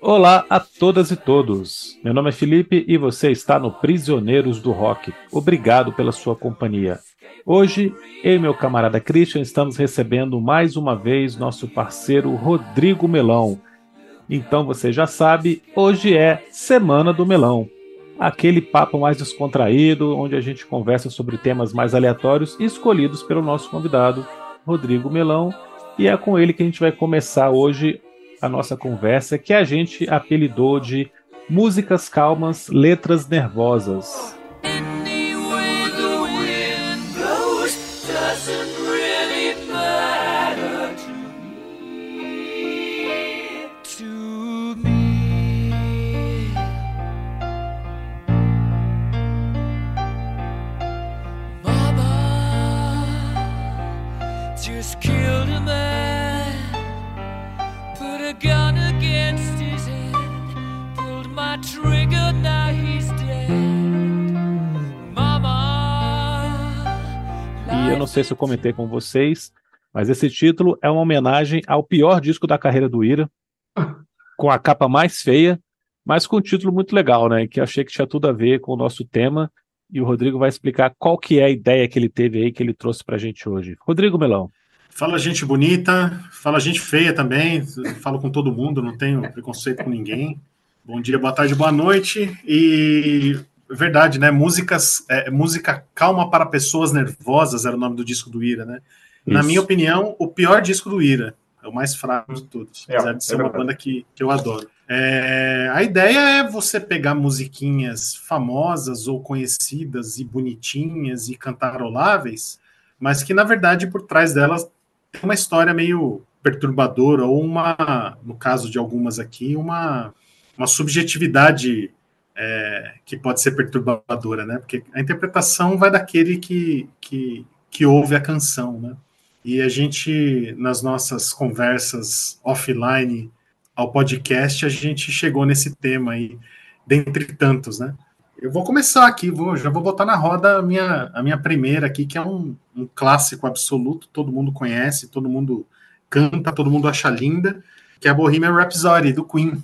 Olá a todas e todos. Meu nome é Felipe e você está no Prisioneiros do Rock. Obrigado pela sua companhia. Hoje, eu e meu camarada Christian estamos recebendo mais uma vez nosso parceiro Rodrigo Melão. Então você já sabe, hoje é Semana do Melão. Aquele papo mais descontraído, onde a gente conversa sobre temas mais aleatórios escolhidos pelo nosso convidado, Rodrigo Melão. E é com ele que a gente vai começar hoje a nossa conversa, que a gente apelidou de Músicas Calmas, Letras Nervosas. Any way the wind blows doesn't really matter to me. Mama just killed a man, put a gun against his head, pulled my trigger, now he's dead. E eu não sei se eu comentei com vocês, mas esse título é uma homenagem ao pior disco da carreira do Ira, com a capa mais feia, mas com um título muito legal, né? Que eu achei que tinha tudo a ver com o nosso tema. E o Rodrigo vai explicar qual que é a ideia que ele teve aí, que ele trouxe pra gente hoje. Rodrigo Melão. Fala gente bonita, fala gente feia também, falo com todo mundo, não tenho preconceito com ninguém. Bom dia, boa tarde, boa noite. E verdade, né? Música calma para pessoas nervosas era o nome do disco do Ira, né? Na Isso. minha opinião, o pior disco do Ira, é o mais fraco de todos, apesar de ser uma verdade. banda que eu adoro. A ideia é você pegar musiquinhas famosas ou conhecidas e bonitinhas e cantaroláveis, mas que na verdade por trás delas tem uma história meio perturbadora ou no caso de algumas aqui, uma subjetividade que pode ser perturbadora, né? Porque a interpretação vai daquele que ouve a canção, né? E a gente, nas nossas conversas offline ao podcast, a gente chegou nesse tema aí, dentre tantos, né? Eu vou começar aqui, já vou botar na roda a minha primeira aqui, que é um clássico absoluto, todo mundo conhece, todo mundo canta, todo mundo acha linda, que é a Bohemian Rhapsody, do Queen.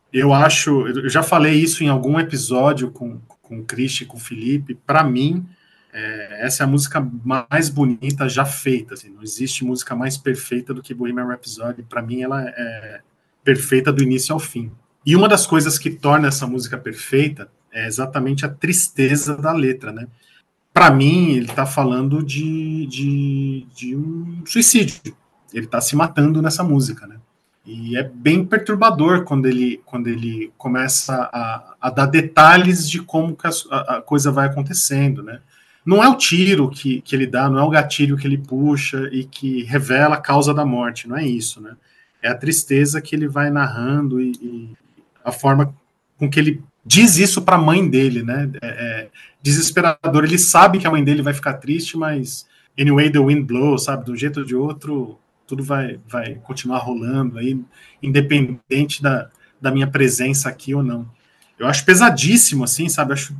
Eu já falei isso em algum episódio com o Christian, com o Felipe, para mim, essa é a música mais bonita já feita, assim, não existe música mais perfeita do que Bohemian Rhapsody, para mim ela é perfeita do início ao fim. E uma das coisas que torna essa música perfeita é exatamente a tristeza da letra, né? Para mim, ele está falando de um suicídio. Ele está se matando nessa música, né? E é bem perturbador quando ele começa a dar detalhes de como que a coisa vai acontecendo, né? Não é o tiro que ele dá, não é o gatilho que ele puxa e que revela a causa da morte, não é isso, né? É a tristeza que ele vai narrando e a forma com que ele diz isso para a mãe dele, né? Desesperador. Ele sabe que a mãe dele vai ficar triste, mas anyway the wind blows, sabe? De um jeito ou de outro, tudo vai continuar rolando aí, independente da minha presença aqui ou não. Eu acho pesadíssimo, assim, sabe? Eu acho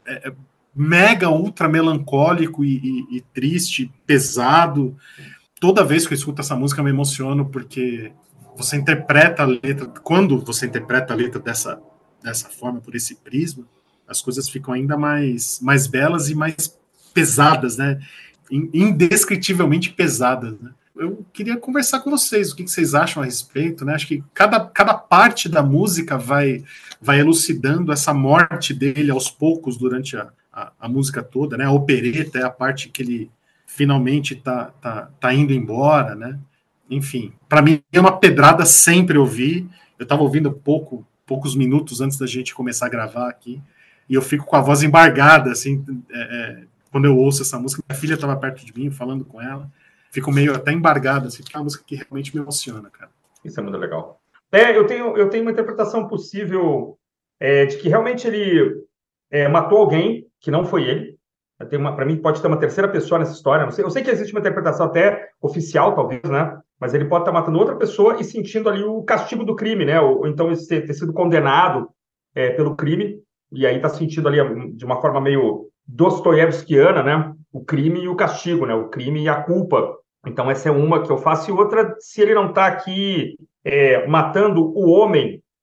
mega, ultra melancólico e triste, pesado. Toda vez que eu escuto essa música eu me emociono, porque você interpreta a letra, quando você interpreta a letra dessa forma, por esse prisma, as coisas ficam ainda mais belas e mais pesadas, né? Indescritivelmente pesadas, né? Eu queria conversar com vocês, o que vocês acham a respeito, né? Acho que cada parte da música vai elucidando essa morte dele aos poucos durante a música toda, né? A opereta é a parte que ele finalmente tá indo embora, né? Enfim, para mim é uma pedrada sempre ouvir. Eu estava ouvindo poucos minutos antes da gente começar a gravar aqui, e eu fico com a voz embargada, assim, quando eu ouço essa música. Minha filha estava perto de mim, falando com ela, fico meio até embargado, assim, porque é uma música que realmente me emociona, cara. Isso é muito legal. Eu tenho uma interpretação possível de que realmente ele matou alguém, que não foi ele. Para mim, pode ter uma terceira pessoa nessa história. Não sei, eu sei que existe uma interpretação até oficial, talvez, né? Mas ele pode estar matando outra pessoa e sentindo ali o castigo do crime, né? Ou então ter sido condenado pelo crime, e aí está sentindo ali de uma forma meio dostoiévskiana, né? O crime e o castigo, né? O crime e a culpa. Então, essa é uma que eu faço. E outra, se ele não está aqui matando o homem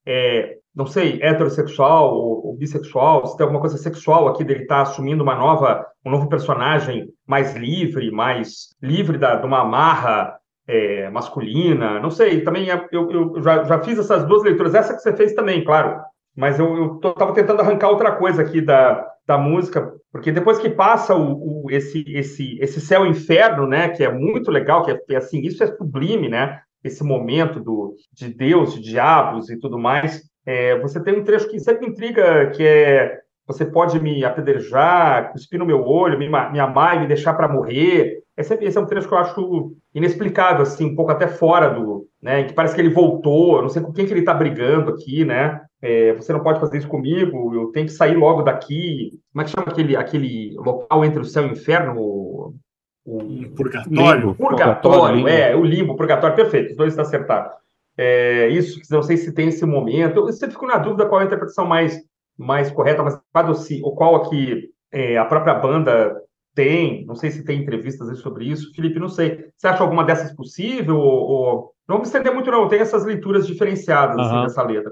não sei, heterossexual ou bissexual, se tem alguma coisa sexual aqui dele estar assumindo um novo personagem mais livre de uma amarra masculina, não sei, também eu já fiz essas duas leituras, essa que você fez também, claro, mas eu estava tentando arrancar outra coisa aqui da música, porque depois que passa esse céu e inferno, né, que é muito legal, que é assim, isso é sublime, né, esse momento de Deus, de diabos e tudo mais, você tem um trecho que sempre intriga, que é: você pode me apedrejar, cuspir no meu olho, me amar e me deixar para morrer. Esse é um trecho que eu acho inexplicável, assim, um pouco até fora né, em que parece que ele voltou, eu não sei com quem que ele está brigando aqui, né? Você não pode fazer isso comigo, eu tenho que sair logo daqui. Como é que chama aquele local entre o céu e o inferno? Purgatório. Purgatório, o limbo, purgatório, perfeito, os dois estão acertados. Isso, não sei se tem esse momento. Eu sempre fico na dúvida qual é a interpretação mais correta, mas qual aqui a própria banda tem. Não sei se tem entrevistas sobre isso. Felipe, não sei. Você acha alguma dessas possível? Não vamos estender muito, não. Tem essas leituras diferenciadas assim, dessa letra.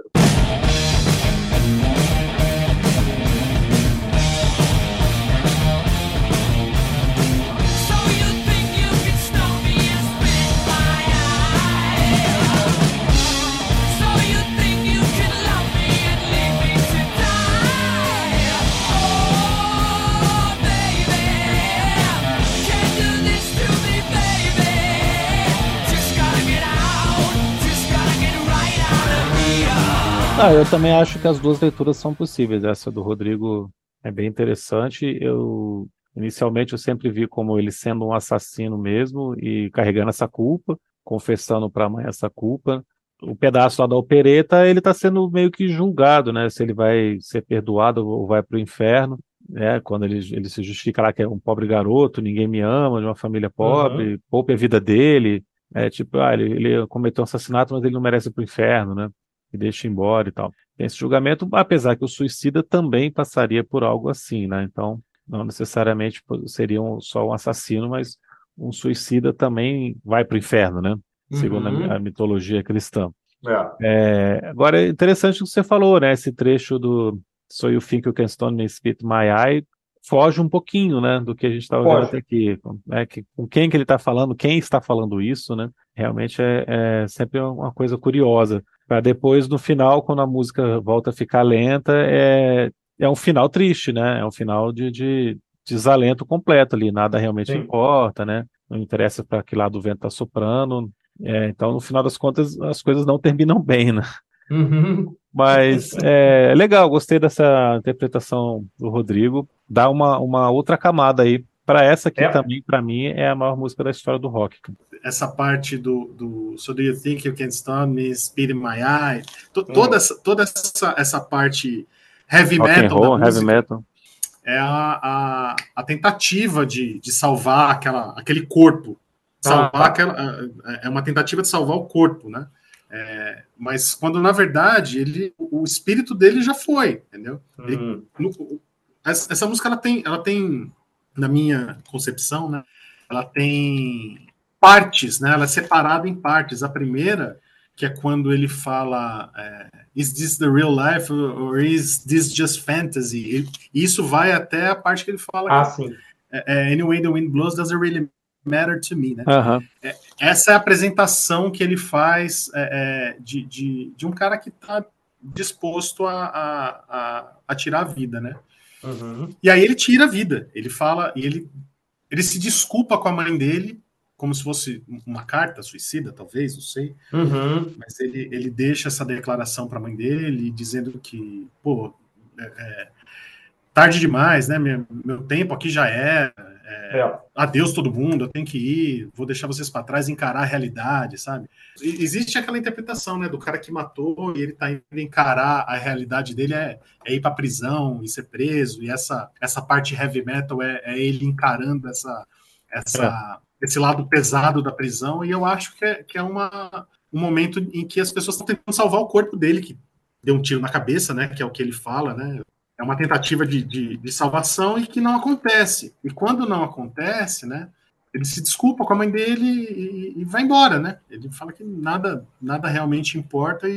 Eu também acho que as duas leituras são possíveis. Essa do Rodrigo é bem interessante. Inicialmente eu sempre vi como ele sendo um assassino mesmo e carregando essa culpa, confessando para a mãe essa culpa. O pedaço lá da opereta, ele está sendo meio que julgado, né? Se ele vai ser perdoado ou vai para o inferno, né? Quando ele se justifica lá que é um pobre garoto, ninguém me ama, de uma família pobre, poupe a vida dele. Tipo, ele cometeu um assassinato, mas ele não merece ir para o inferno, né? E deixa embora e tal. Tem esse julgamento, apesar que o suicida também passaria por algo assim, né? Então, não necessariamente seria só um assassino, mas um suicida também vai para o inferno, né? Segundo a mitologia cristã. Agora, é interessante o que você falou, né? Esse trecho do So You Think You Can Stone Me, Spit My Eye, foge um pouquinho, né, do que a gente estava vendo até aqui, né, com quem que ele está falando, quem está falando isso, né? Realmente é sempre uma coisa curiosa. Para depois, no final, quando a música volta a ficar lenta, é um final triste, né? É um final de desalento completo ali, nada realmente importa, né? Não interessa para que lado o vento está soprando. Então, no final das contas, as coisas não terminam bem, né? Mas é legal, gostei dessa interpretação do Rodrigo. Dá uma outra camada aí para essa que também, para mim, é a maior música da história do rock. Essa parte do So Do You Think You Can Stone Me, Spit in My Eye, toda essa parte heavy rock metal roll, da música, heavy metal. É a tentativa de salvar aquele corpo. É uma tentativa de salvar o corpo, né? Mas quando, na verdade, o espírito dele já foi, entendeu? Essa música, ela tem, na minha concepção, né, ela tem partes, né? Ela é separada em partes. A primeira, que é quando ele fala is this the real life or is this just fantasy? E isso vai até a parte que ele fala sim. Anyway the wind blows doesn't really matter to me, né? Essa é a apresentação que ele faz de um cara que está disposto a tirar a vida, né? E aí ele tira a vida, ele fala, e ele se desculpa com a mãe dele, como se fosse uma carta suicida, talvez, não sei. Mas ele deixa essa declaração para a mãe dele, dizendo que, pô, tarde demais, né? Meu tempo aqui já adeus todo mundo, eu tenho que ir, vou deixar vocês para trás, encarar a realidade, sabe? Existe aquela interpretação, né, do cara que matou e ele tá indo encarar a realidade dele é ir para prisão e ser preso, e essa parte heavy metal é ele encarando esse lado pesado da prisão, e eu acho que é um momento em que as pessoas estão tentando salvar o corpo dele, que deu um tiro na cabeça, né, que é o que ele fala, né? É uma tentativa de salvação e que não acontece. E quando não acontece, né, ele se desculpa com a mãe dele e vai embora, né? Ele fala que nada realmente importa e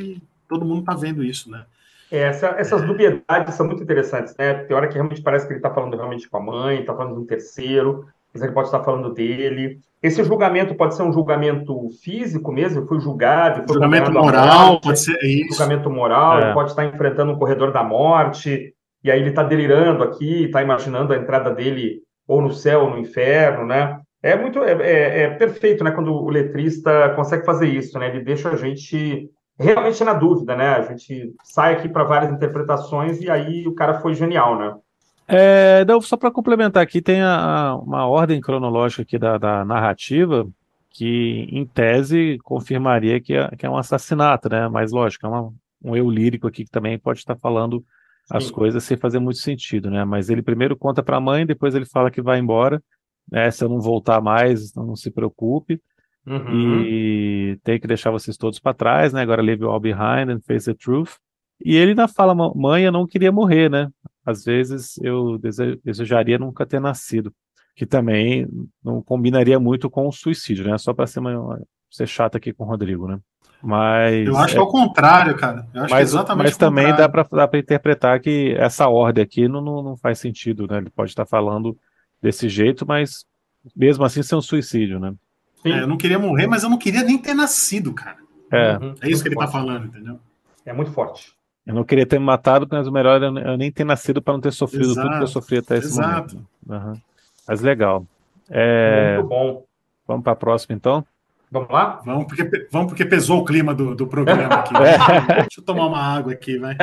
todo mundo tá vendo isso, né? Essas dubiedades são muito interessantes, né? Tem hora que realmente parece que ele está falando realmente com a mãe, está falando de um terceiro, mas ele pode estar falando dele. Esse julgamento pode ser um julgamento físico mesmo, ele foi julgado, foi Julgamento condenado à moral, morte, pode ser isso. julgamento moral, ele pode estar enfrentando um corredor da morte, e aí ele está delirando aqui, está imaginando a entrada dele ou no céu ou no inferno, né? É perfeito, né? Quando o letrista consegue fazer isso, né? Ele deixa a gente realmente na dúvida, né? A gente sai aqui para várias interpretações e aí o cara foi genial, né? Não, só para complementar aqui, tem uma ordem cronológica aqui da narrativa que, em tese, confirmaria que é um assassinato, né? Mas, lógico, um eu lírico aqui que também pode estar falando as coisas sem fazer muito sentido, né? Mas ele primeiro conta para a mãe, depois ele fala que vai embora, né? Se eu não voltar mais, não se preocupe. E tem que deixar vocês todos para trás, né? Agora leave you all behind and face the truth. E ele ainda fala, mãe, eu não queria morrer, né? Às vezes eu desejaria nunca ter nascido, que também não combinaria muito com o suicídio, né? Só para ser chato aqui com o Rodrigo, né? Mas eu acho que é o contrário, cara. Eu acho que é exatamente mas o também contrário. dá para interpretar que essa ordem aqui não faz sentido, né? Ele pode estar falando desse jeito, mas mesmo assim ser um suicídio, né? Eu não queria morrer, mas eu não queria nem ter nascido, cara. É isso que ele tá falando, entendeu? É muito forte. Eu não queria ter me matado, mas o melhor é eu nem ter nascido para não ter sofrido tudo que eu sofri até esse momento. Mas legal. Muito bom. Vamos para a próxima, então? Vamos lá? Vamos porque pesou o clima do programa aqui. Deixa eu tomar uma água aqui, vai.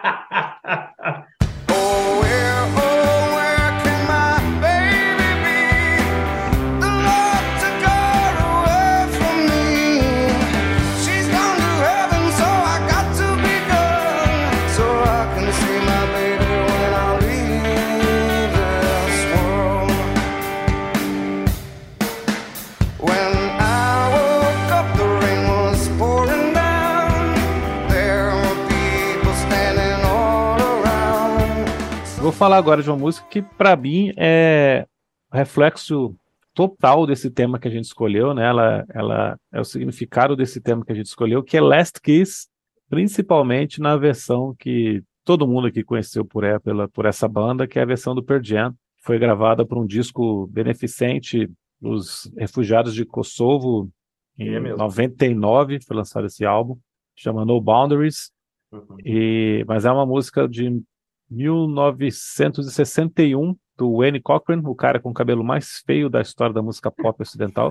Vou falar agora de uma música que, para mim, é reflexo total desse tema que a gente escolheu, né? Ela é o significado desse tema que a gente escolheu, que é Last Kiss, principalmente na versão que todo mundo aqui conheceu por essa banda, que é a versão do Pearl Jam. Foi gravada por um disco beneficente dos refugiados de Kosovo em 99, foi lançado esse álbum, chama No Boundaries, mas é uma música de 1961, do Wayne Cochran, o cara com o cabelo mais feio da história da música pop ocidental.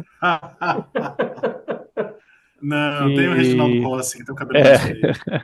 Não, tem o Reginaldo Rossi, que tem o cabelo mais feio.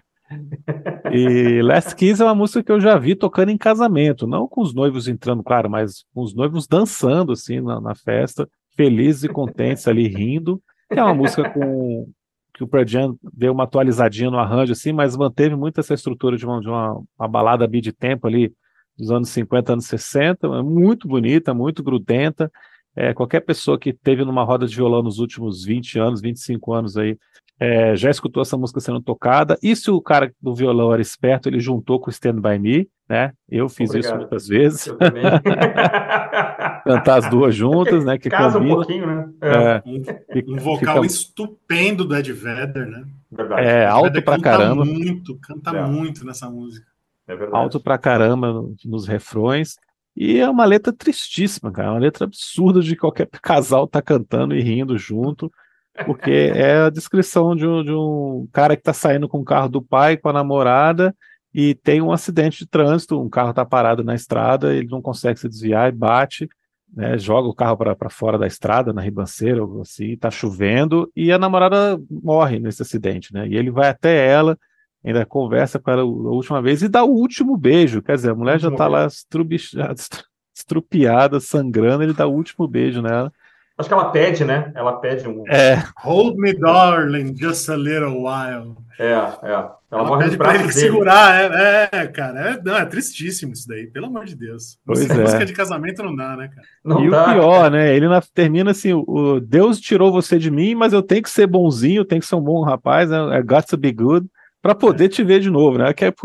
E Last Kiss é uma música que eu já vi tocando em casamento, não com os noivos entrando, claro, mas com os noivos dançando assim na festa, felizes e contentes ali, rindo. É uma música que o Pearl Jam deu uma atualizadinha no arranjo, assim, mas manteve muito essa estrutura de uma balada mid-tempo ali, dos anos 50, anos 60, muito bonita, muito grudenta. Qualquer pessoa que teve numa roda de violão nos últimos 20 anos, 25 anos aí, já escutou essa música sendo tocada, e se o cara do violão era esperto, ele juntou com o Stand By Me, né? Eu fiz isso muitas vezes. Eu também. Cantar as duas juntas, né? Que casa combina. Um pouquinho, né? Um vocal estupendo do Ed Vedder, né? Verdade. Alto pra caramba. Canta muito nessa música. É verdade. Alto pra caramba nos refrões. E é uma letra tristíssima, cara. Uma letra absurda de qualquer casal tá cantando e rindo junto. Porque é a descrição de um cara que tá saindo com o carro do pai, com a namorada, e tem um acidente de trânsito, um carro tá parado na estrada, ele não consegue se desviar e bate, né, joga o carro para fora da estrada, na ribanceira, ou assim, tá chovendo, e a namorada morre nesse acidente, né? E ele vai até ela, ainda conversa com ela a última vez e dá o último beijo. Quer dizer, a mulher já tá lá estrupiada, sangrando, ele dá o último beijo nela. Acho que ela pede, né? Ela pede um... Hold me, darling, just a little while. Ela pede pra ele segurar, cara. É tristíssimo isso daí, pelo amor de Deus. Música de casamento não dá, né, cara? Não dá, o pior, né? Ele termina assim, Deus tirou você de mim, mas eu tenho que ser bonzinho, tenho que ser um bom rapaz, né? I got to be good, pra poder te ver de novo, né? Que é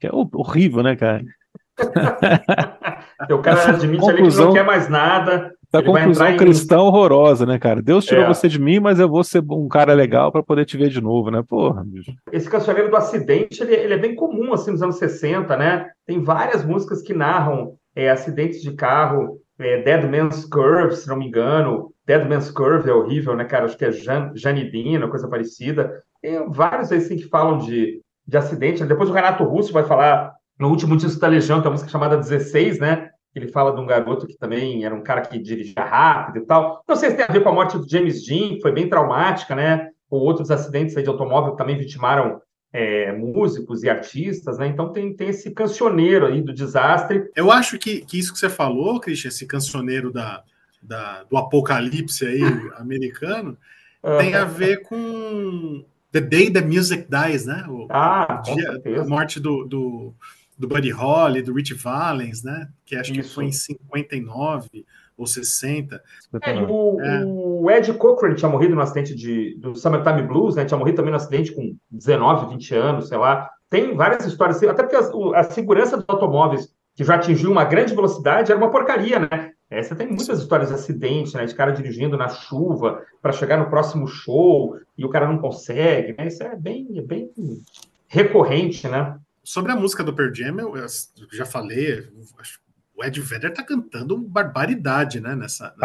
horrível, né, cara? O cara admite ali que não quer mais nada, Essa Ele vai conclusão entrar em... cristã horrorosa, né, cara? Deus tirou É. você de mim, mas eu vou ser um cara legal pra poder te ver de novo, né? Porra, bicho. Esse cancioneiro do acidente, ele é bem comum, assim, nos anos 60, né? Tem várias músicas que narram acidentes de carro, Dead Man's Curve, se não me engano. Dead Man's Curve é horrível, né, cara? Acho que é Janidina, coisa parecida. Tem vários aí, assim, que falam de acidente, né? Depois o Renato Russo vai falar, no último disco da Legião, tem uma música chamada 16, né? Ele fala de um garoto que também era um cara que dirigia rápido e tal. Não sei se tem a ver com a morte do James Dean, que foi bem traumática, né? Ou outros acidentes aí de automóvel que também vitimaram músicos e artistas, né? Então tem esse cancioneiro aí do desastre. Eu acho que isso que você falou, Christian, esse cancioneiro do apocalipse aí americano, tem a ver com The Day the Music Dies, né? O com dia, certeza. a morte do Buddy Holly, do Rich Valens, né? Que acho que foi em 59 ou 60. O Ed Cochran tinha morrido no acidente do Summertime Blues, né? Tinha morrido também no acidente com 19, 20 anos, sei lá. Tem várias histórias, até porque a segurança dos automóveis, que já atingiu uma grande velocidade, era uma porcaria, né? Você tem muitas histórias de acidente, né? De cara dirigindo na chuva para chegar no próximo show e o cara não consegue, né? Isso é bem recorrente, né? Sobre a música do Pearl Jam, eu já falei, o Ed Vedder tá cantando barbaridade, né?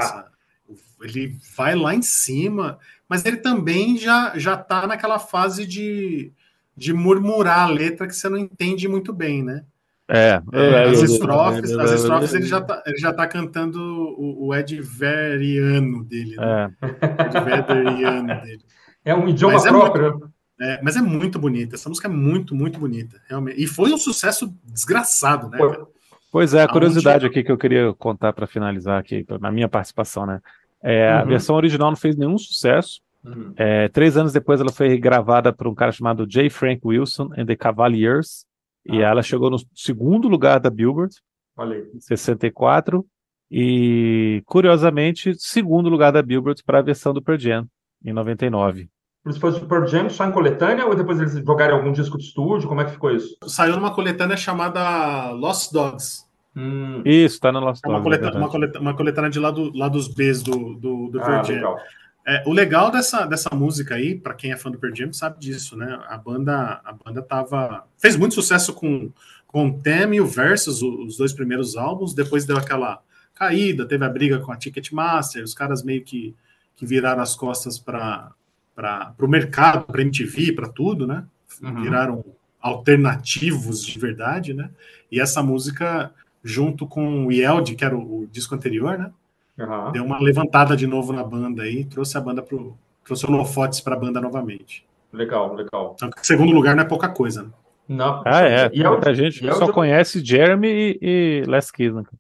Ele vai lá em cima, mas ele também já tá naquela fase de murmurar a letra que você não entende muito bem, né? As estrofes ele já tá cantando o Ed Vedderiano dele, né? Ed Vedderiano dele. É um idioma próprio. Mas é muito bonita. Essa música é muito, muito bonita, realmente. E foi um sucesso desgraçado, né? Pois é, a curiosidade aqui que eu queria contar para finalizar aqui, na minha participação, né? A versão original não fez nenhum sucesso. 3 anos depois ela foi gravada por um cara chamado J. Frank Wilson and the Cavaliers, e ela chegou no segundo lugar da Billboard, em 64, e, curiosamente, segundo lugar da Billboard para a versão do Pearl Jam, em 99. Eles foram do Pearl Jam só em coletânea ou depois eles jogaram algum disco de estúdio? Como é que ficou isso? Saiu numa coletânea chamada Lost Dogs. Isso, tá no Lost Dogs. Uma coletânea de lá dos Bs do Pearl Jam. Legal. O legal dessa música aí, para quem é fã do Pearl Jam, sabe disso, né? A banda fez muito sucesso com o Them e o Versus, os 2 primeiros álbuns. Depois deu aquela caída, teve a briga com a Ticketmaster, os caras meio que viraram as costas para o mercado, para MTV, para tudo, né? Viraram alternativos de verdade, né? E essa música, junto com o Yeld, que era o disco anterior, né? Deu uma levantada de novo na banda aí, trouxe trouxe holofotes para a banda novamente. Legal. Então, segundo lugar não é pouca coisa, né? Não. Muita gente só conhece Jeremy e Les Keys, né?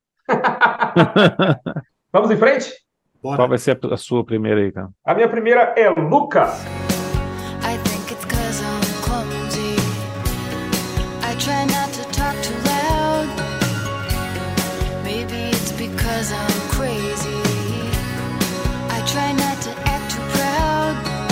Vamos em frente? Bora. Qual vai ser a sua primeira aí, cara? A minha primeira é Luca. I think it's 'cause I'm clumsy. I try not to talk too loud. Maybe it's because I'm crazy. I try not to act too proud.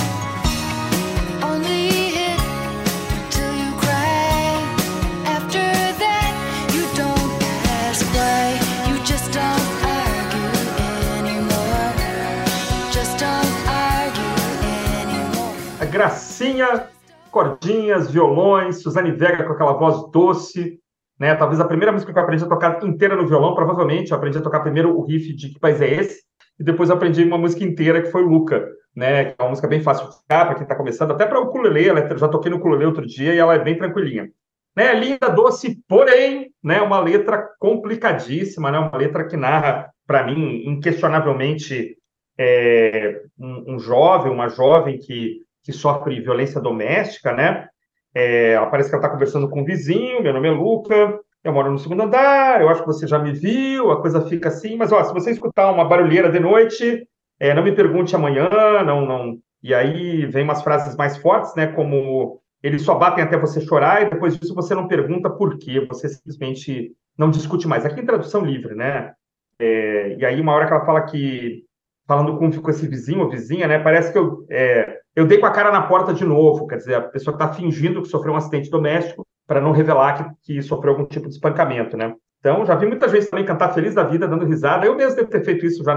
Only hit till you cry. After that, you don't ask why. You just don't argue anymore. Just don't argue anymore. A Gracinha, cordinhas, violões, Suzane Vega com aquela voz doce, né? Talvez a primeira música que eu aprendi a tocar inteira no violão, provavelmente eu aprendi a tocar primeiro o riff de Que País é Esse? E depois eu aprendi uma música inteira que foi Luca, né? Que é uma música bem fácil de tocar para quem está começando, até para o ukulele, já toquei no ukulele outro dia e ela é bem tranquilinha. Né? Linda, doce, porém, né? Uma letra complicadíssima, né? Uma letra que narra, para mim, inquestionavelmente, um jovem, uma jovem que sofre violência doméstica, né? Parece que ela está conversando com um vizinho, meu nome é Luca, eu moro no 2º andar, eu acho que você já me viu, a coisa fica assim, mas ó, se você escutar uma barulheira de noite, não me pergunte amanhã, não. E aí vem umas frases mais fortes, né? Como eles só batem até você chorar e depois disso você não pergunta por quê, você simplesmente não discute mais. Aqui em tradução livre, né? E aí uma hora que ela fala que, falando com esse vizinho ou vizinha, né? Parece que eu dei com a cara na porta de novo, quer dizer, a pessoa está fingindo que sofreu um acidente doméstico para não revelar que sofreu algum tipo de espancamento, né? Então, já vi muita gente também cantar feliz da vida, dando risada. Eu mesmo devo ter feito isso já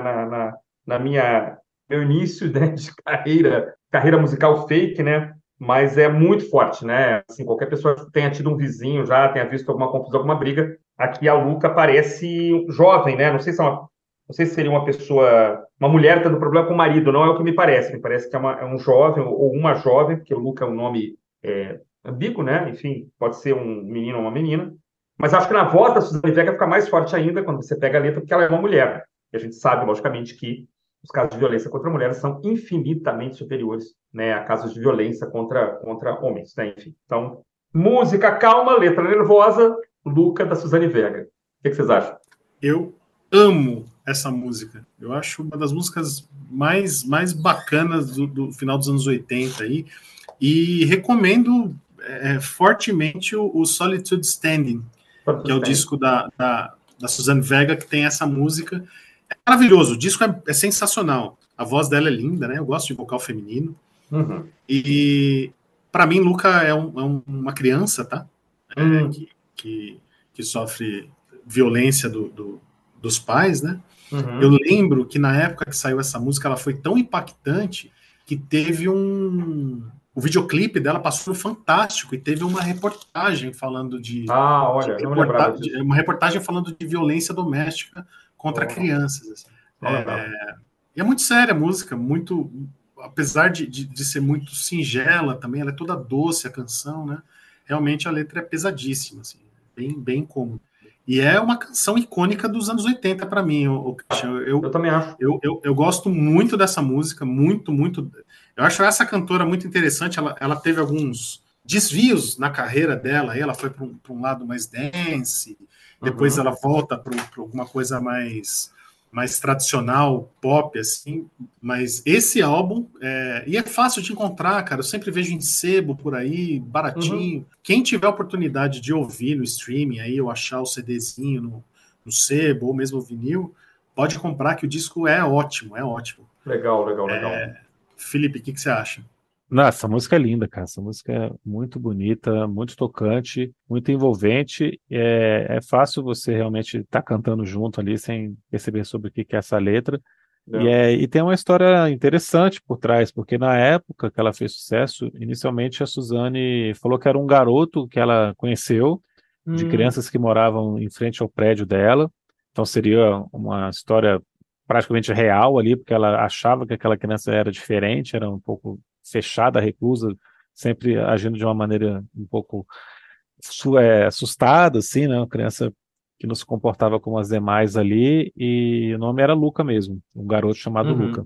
na minha meu início, né, de carreira musical fake, né? Mas é muito forte, né? Assim, qualquer pessoa que tenha tido um vizinho já, tenha visto alguma confusão, alguma briga, aqui a Luca parece jovem, né? Não sei se seria uma pessoa, uma mulher tendo problema com o marido, não é o que me parece que é um jovem ou uma jovem, porque o Luca é um nome ambíguo, né? Enfim, pode ser um menino ou uma menina. Mas acho que na voz da Suzane Vega fica mais forte ainda quando você pega a letra, porque ela é uma mulher. E a gente sabe, logicamente, que os casos de violência contra mulheres são infinitamente superiores, né, a casos de violência contra homens, né? Enfim. Então, música calma, letra nervosa, Luca da Suzane Vega. O que vocês acham? Eu amo essa música. Eu acho uma das músicas mais bacanas do final dos anos 80 aí. E recomendo fortemente o Solitude Standing, que é o disco da Suzane Vega, que tem essa música. É maravilhoso, o disco é sensacional. A voz dela é linda, né? Eu gosto de vocal feminino. Uhum. E para mim, Luca é uma criança, tá? Que sofre violência dos pais, né? Uhum. Eu lembro que na época que saiu essa música, ela foi tão impactante que teve o videoclipe dela passou no Fantástico e teve uma reportagem falando Olha, não lembrava disso. uma reportagem falando de violência doméstica contra crianças. Assim. E é muito séria a música, muito, apesar de ser muito singela também, ela é toda doce a canção, né? Realmente a letra é pesadíssima, assim, bem cômoda. E é uma canção icônica dos anos 80 para mim, Christian. Eu também acho. Eu gosto muito dessa música, muito. Eu acho essa cantora muito interessante. Ela teve alguns desvios na carreira dela. Aí ela foi para um lado mais dance, depois ela volta para alguma coisa mais tradicional, pop, assim. Mas esse álbum, e é fácil de encontrar, cara. Eu sempre vejo em sebo por aí, baratinho. Quem tiver a oportunidade de ouvir no streaming, aí, ou achar o CDzinho no sebo, ou mesmo o vinil, pode comprar, que o disco é ótimo, é ótimo. Legal. Felipe, o que você acha? Nossa, essa música é linda, cara. Essa música é muito bonita, muito tocante, muito envolvente. É fácil você realmente estar cantando junto ali sem perceber sobre o que é essa letra. E tem uma história interessante por trás, porque na época que ela fez sucesso, inicialmente a Suzane falou que era um garoto que ela conheceu, de crianças que moravam em frente ao prédio dela. Então seria uma história praticamente real ali, porque ela achava que aquela criança era diferente, era um pouco fechada, reclusa, sempre agindo de uma maneira um pouco assustada, assim, né? Uma criança que não se comportava como as demais ali, e o nome era Luca mesmo, um garoto chamado Luca.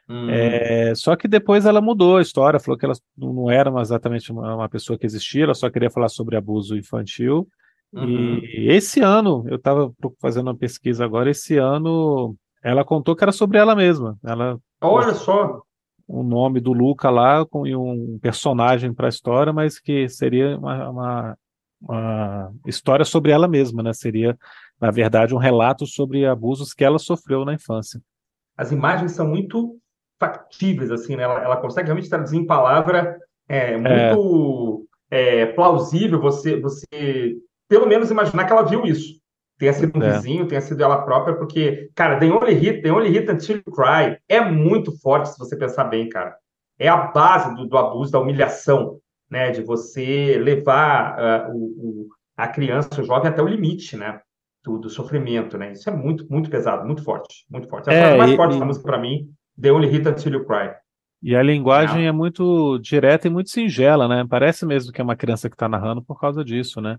Só que depois ela mudou a história, falou que ela não era exatamente uma pessoa que existia, ela só queria falar sobre abuso infantil. E esse ano, eu estava fazendo uma pesquisa agora, esse ano ela contou que era sobre ela mesma. Ela Olha só. o nome do Luca lá e um personagem para a história, mas que seria uma história sobre ela mesma, né? Seria, na verdade, um relato sobre abusos que ela sofreu na infância. As imagens são muito factíveis, assim, né? Ela consegue realmente traduzir em palavra muito plausível você pelo menos imaginar que ela viu isso. Tenha sido um vizinho, tenha sido ela própria, porque, cara, The Only Hit Until You Cry é muito forte, se você pensar bem, cara. É a base do abuso, da humilhação, né? De você levar a criança, o jovem, até o limite, né? Do sofrimento, né? Isso é muito, muito pesado, muito forte, muito forte. A frase mais forte da música para mim, The Only Hit Until You Cry. E a linguagem é muito direta e muito singela, né? Parece mesmo que é uma criança que está narrando por causa disso, né?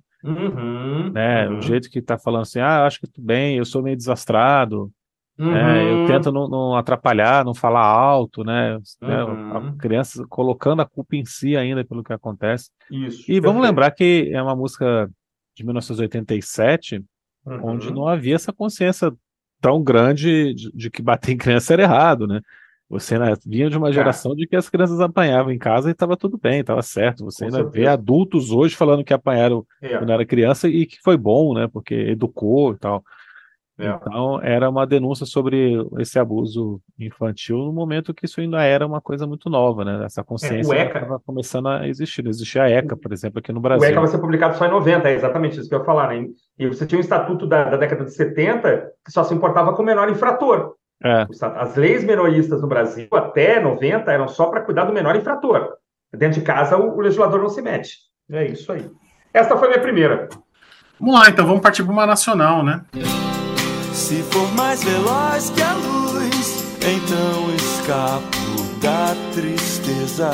O jeito que está falando assim, acho que tudo bem, eu sou meio desastrado, eu tento não atrapalhar, não falar alto, né? A criança colocando a culpa em si ainda pelo que acontece. Isso, e vamos lembrar que é uma música de 1987, onde não havia essa consciência tão grande de que bater em criança era errado, né? Você vinha de uma geração de que as crianças apanhavam em casa e estava tudo bem, estava certo. Você ainda vê adultos hoje falando que apanharam quando era criança e que foi bom, né? Porque educou e tal. Então, era uma denúncia sobre esse abuso infantil no momento que isso ainda era uma coisa muito nova, né? Essa O consciência ainda ECA, estava começando a existir. Não existia a ECA, por exemplo, aqui no o ECA Brasil. vai ser publicado só em 90, é exatamente isso que eu ia falar, né? E você tinha um estatuto da década de 70 que só se importava com o menor infrator. É, As leis menoristas no Brasil, até 90, eram só para cuidar do menor infrator. Dentro de casa, o legislador não se mete. É isso aí. Esta foi a minha primeira. Vamos lá, então, vamos partir para uma nacional, né? Se for mais veloz que a luz, então escapo da tristeza.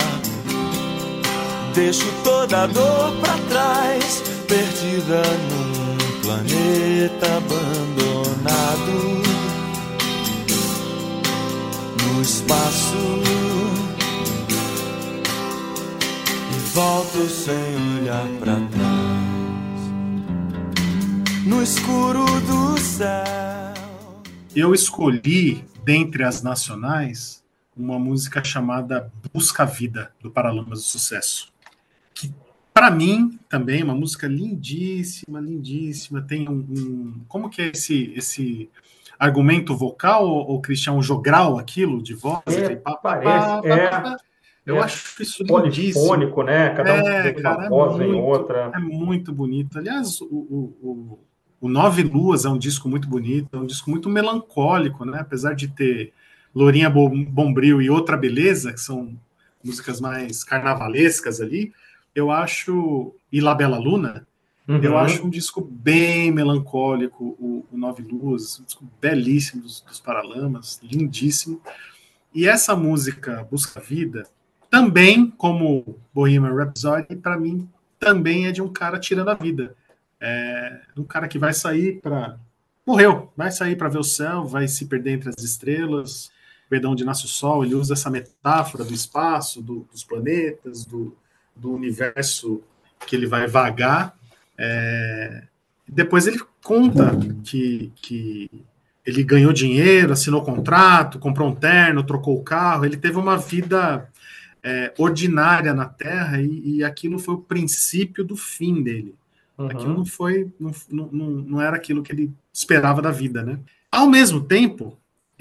Deixo toda a dor pra trás, perdida num planeta abandonado. No espaço, e volto sem olhar pra trás. No escuro do céu. Eu escolhi, dentre as nacionais, uma música chamada Busca a Vida, do Paralamas do Sucesso. Que, para mim, também é uma música lindíssima, lindíssima. Tem como que é esse argumento vocal, ou Cristian, um jogral, aquilo, de voz? Parece, Eu acho isso lindíssimo. Polifônico, né? Cada um vem com uma voz, vem outra. É muito bonito. Aliás, o Nove Luas é um disco muito bonito, é um disco muito melancólico, né? Apesar de ter Lourinha Bombril e Outra Beleza, que são músicas mais carnavalescas ali, eu acho, e La Bella Luna, eu acho um disco bem melancólico, o Nove Luas, um disco belíssimo dos Paralamas, lindíssimo. E essa música, Busca a Vida, também, como Bohemian Rhapsody, para mim, também é de um cara tirando a vida. É um cara que vai sair para... Morreu, vai sair para ver o céu, vai se perder entre as estrelas, ver de onde nasce o sol. Ele usa essa metáfora do espaço, dos planetas, do universo que ele vai vagar. Depois ele conta que ele ganhou dinheiro, assinou contrato, comprou um terno, trocou o carro. Ele teve uma vida ordinária na Terra e aquilo foi o princípio do fim dele. Aquilo não era aquilo que ele esperava da vida, né? Ao mesmo tempo,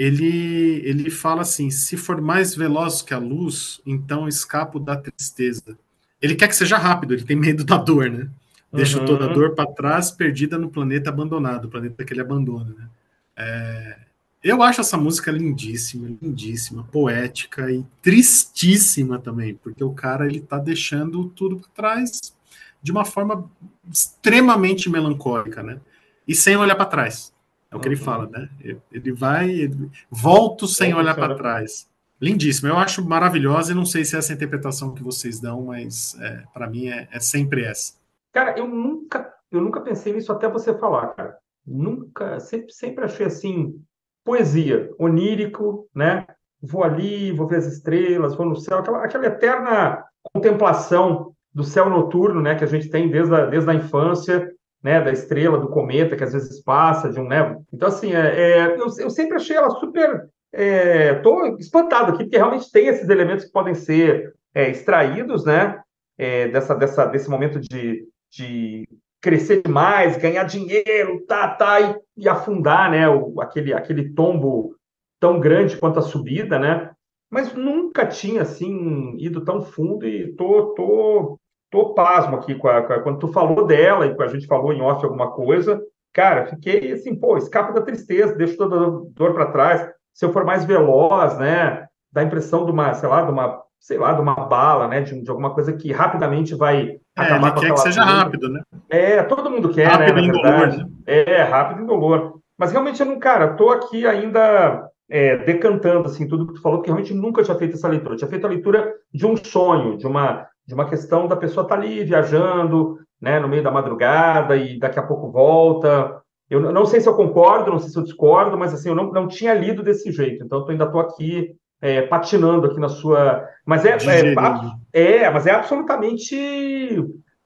ele fala assim: se for mais veloz que a luz, então escapo da tristeza. Ele quer que seja rápido, ele tem medo da dor, né? Deixa toda a dor para trás, perdida no planeta abandonado, o planeta que ele abandona, né? Eu acho essa música lindíssima, lindíssima, poética e tristíssima também, porque o cara ele tá deixando tudo para trás de uma forma extremamente melancólica, né? E sem olhar para trás. É o que ele fala, né? Volto sem olhar para trás. Lindíssimo. Eu acho maravilhosa e não sei se é essa interpretação que vocês dão, mas para mim é sempre essa. Cara, eu nunca pensei nisso até você falar, cara. Nunca, sempre achei assim, poesia, onírico, né? Vou ali, vou ver as estrelas, vou no céu, aquela eterna contemplação do céu noturno, né, que a gente tem desde a infância, né, da estrela, do cometa, que às vezes passa de um, né? Então, assim, eu sempre achei ela super... Estou espantado aqui, porque realmente tem esses elementos que podem ser extraídos, né, desse momento de crescer demais, ganhar dinheiro, e afundar, né, aquele tombo tão grande quanto a subida, né? Mas nunca tinha, assim, ido tão fundo e tô pasmo aqui quando tu falou dela e a gente falou em off alguma coisa, cara, fiquei assim, escapo da tristeza, deixo toda a dor para trás. Se eu for mais veloz, né, dá a impressão de uma bala, né, de alguma coisa que rapidamente vai acabar com aquela... Ele quer que seja rápido, né? Todo mundo quer, rápido, né, na verdade. Indolor, né? Rápido e indolor. Mas realmente eu não, cara, tô aqui ainda decantando, assim, tudo que tu falou, porque realmente nunca tinha feito essa leitura. Eu tinha feito a leitura de um sonho, de uma questão da pessoa estar ali viajando, né, no meio da madrugada e daqui a pouco volta. Eu não sei se eu concordo, não sei se eu discordo, mas assim, eu não tinha lido desse jeito. Então, eu ainda estou aqui patinando aqui na sua... Mas mas é absolutamente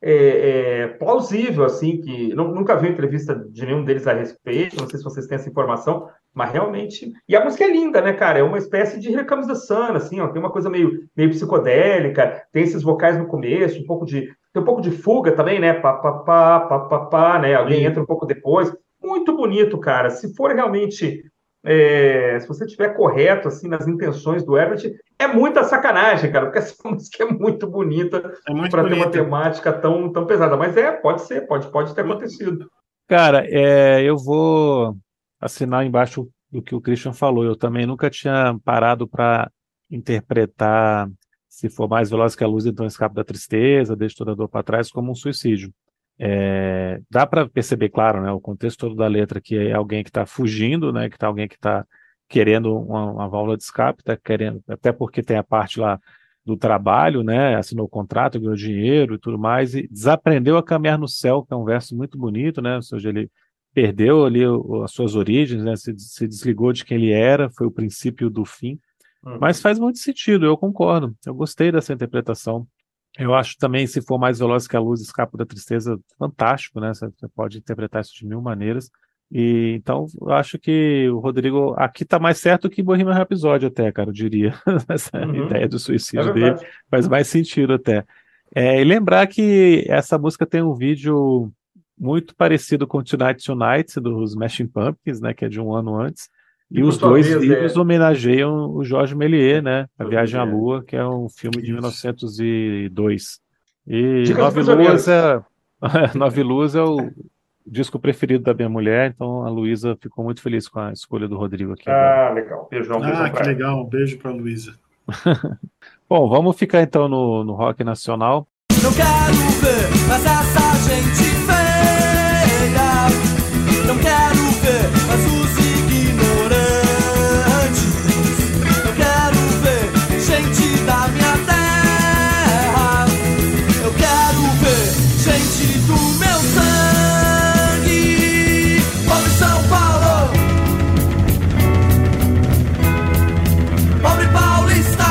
plausível, assim, que nunca vi entrevista de nenhum deles a respeito, não sei se vocês têm essa informação, mas realmente... E a música é linda, né, cara? É uma espécie de Here Comes the Sun, assim, ó, tem uma coisa meio psicodélica, tem esses vocais no começo, tem um pouco de fuga também, né? Pá, pá, pá, pá, pá, pá, né? Alguém entra um pouco depois. muito bonito, cara. Se for realmente, se você estiver correto assim nas intenções do Herbert, é muita sacanagem, cara, porque essa música é muito bonita É muito para ter uma bonita. temática tão pesada. Mas pode ser, pode ter acontecido. Cara, eu vou assinar embaixo do que o Christian falou. Eu também nunca tinha parado para interpretar Se For Mais Veloz que a Luz, então Escape da Tristeza, Deixe Toda a Dor para Trás, como um suicídio. Dá para perceber, claro, né, o contexto todo da letra, que é alguém que está fugindo, né, que tá alguém que está querendo uma válvula de escape, está querendo, até porque tem a parte lá do trabalho, né, assinou o contrato, ganhou dinheiro e tudo mais, e desaprendeu a caminhar no céu, que é um verso muito bonito, né, ou seja, ele perdeu ali as suas origens, né, se desligou de quem ele era, foi o princípio do fim, mas faz muito sentido, eu concordo, eu gostei dessa interpretação. Eu acho também, Se For Mais Veloz que a Luz, Escape da Tristeza, fantástico, né? Você pode interpretar isso de mil maneiras. E então, eu acho que o Rodrigo aqui tá mais certo que Bohemian Rhapsody até, cara, eu diria. Essa ideia do É suicídio dele verdade. faz mais sentido até. E lembrar que essa música tem um vídeo muito parecido com Tonight Tonight, dos Smashing Pumpkins, né? Que é de um ano antes. E E por os sua dois vez, vídeos homenageiam o Georges Méliès, né? A Jorge Viagem à Milier. Lua, que é um filme de Isso. 1902. E Dica dos Nove Luas Prisioneiros. é Nove Luas é o disco preferido da minha mulher, então a Luísa ficou muito feliz com a escolha do Rodrigo aqui agora. Ah, legal. Beijão Ah, que para ela. legal. Um beijo para Luísa. Bom, vamos ficar então no rock nacional. Não quero ver mais essa gente feia. Não quero ver mais os ignorantes. Não quero ver gente da minha terra. Eu quero ver gente do meu sangue. Pobre São Paulo, pobre paulista.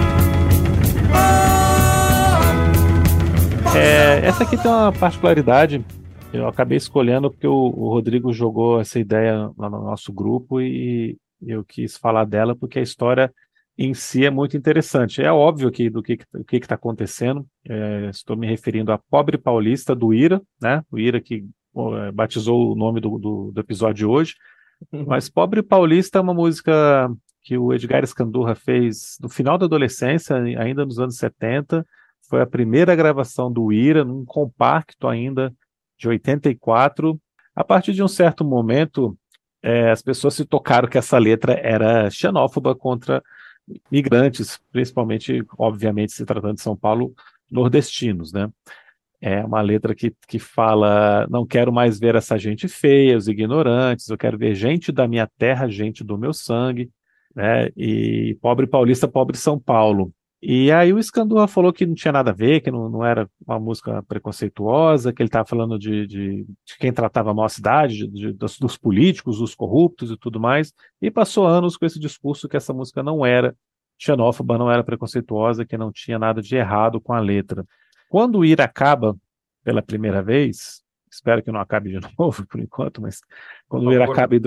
Essa aqui tem uma particularidade, eu acabei escolhendo porque o Rodrigo jogou essa ideia lá no nosso grupo e eu quis falar dela porque a história em si é muito interessante. É óbvio que do que está acontecendo, estou me referindo a Pobre Paulista do Ira, né? O Ira que batizou o nome do episódio de hoje, mas Pobre Paulista é uma música que o Edgar Escandurra fez no final da adolescência, ainda nos anos 70. Foi a primeira gravação do Ira, num compacto ainda de 84. A partir de um certo momento, as pessoas se tocaram que essa letra era xenófoba contra migrantes, principalmente, obviamente, se tratando de São Paulo, nordestinos, né? É uma letra que fala: não quero mais ver essa gente feia, os ignorantes, eu quero ver gente da minha terra, gente do meu sangue, né? E pobre paulista, pobre São Paulo. E aí o Scandurra falou que não tinha nada a ver, que não era uma música preconceituosa, que ele estava falando de quem tratava mal a cidade, dos políticos, dos corruptos e tudo mais, e passou anos com esse discurso que essa música não era xenófoba, não era preconceituosa, que não tinha nada de errado com a letra. Quando o Ira acaba pela primeira vez, espero que não acabe de novo por enquanto, mas quando o Ira acaba em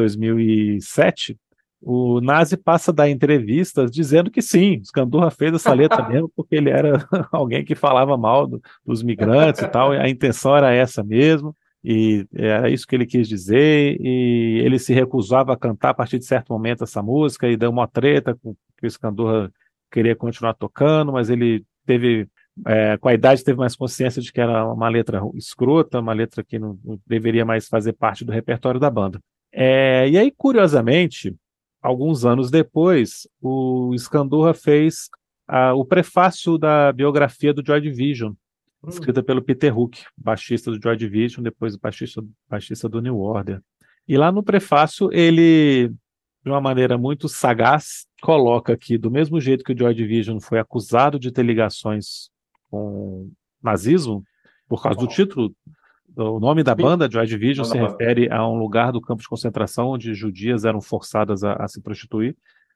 2007, o Nazi passa a dar entrevistas dizendo que sim, Scandurra fez essa letra mesmo porque ele era alguém que falava mal dos migrantes e tal, e a intenção era essa mesmo, e era isso que ele quis dizer, e ele se recusava a cantar a partir de certo momento essa música, e deu uma treta com que o Scandurra queria continuar tocando, mas ele teve, com a idade, teve mais consciência de que era uma letra escrota, uma letra que não deveria mais fazer parte do repertório da banda. E aí, curiosamente, alguns anos depois, o Scandurra fez o prefácio da biografia do Joy Division, escrita pelo Peter Hook, baixista do Joy Division, depois baixista do New Order. E lá no prefácio, ele, de uma maneira muito sagaz, coloca que, do mesmo jeito que o Joy Division foi acusado de ter ligações com nazismo, por causa do título. O nome da banda, Joy Division, se refere a um lugar do campo de concentração onde judias eram forçadas a se prostituir.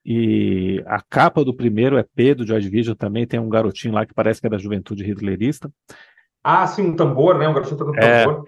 E a capa do primeiro EP do Joy Division também tem um garotinho lá que parece que é da juventude hitlerista. Ah, sim, um tambor, né? Um garotinho tocando tambor.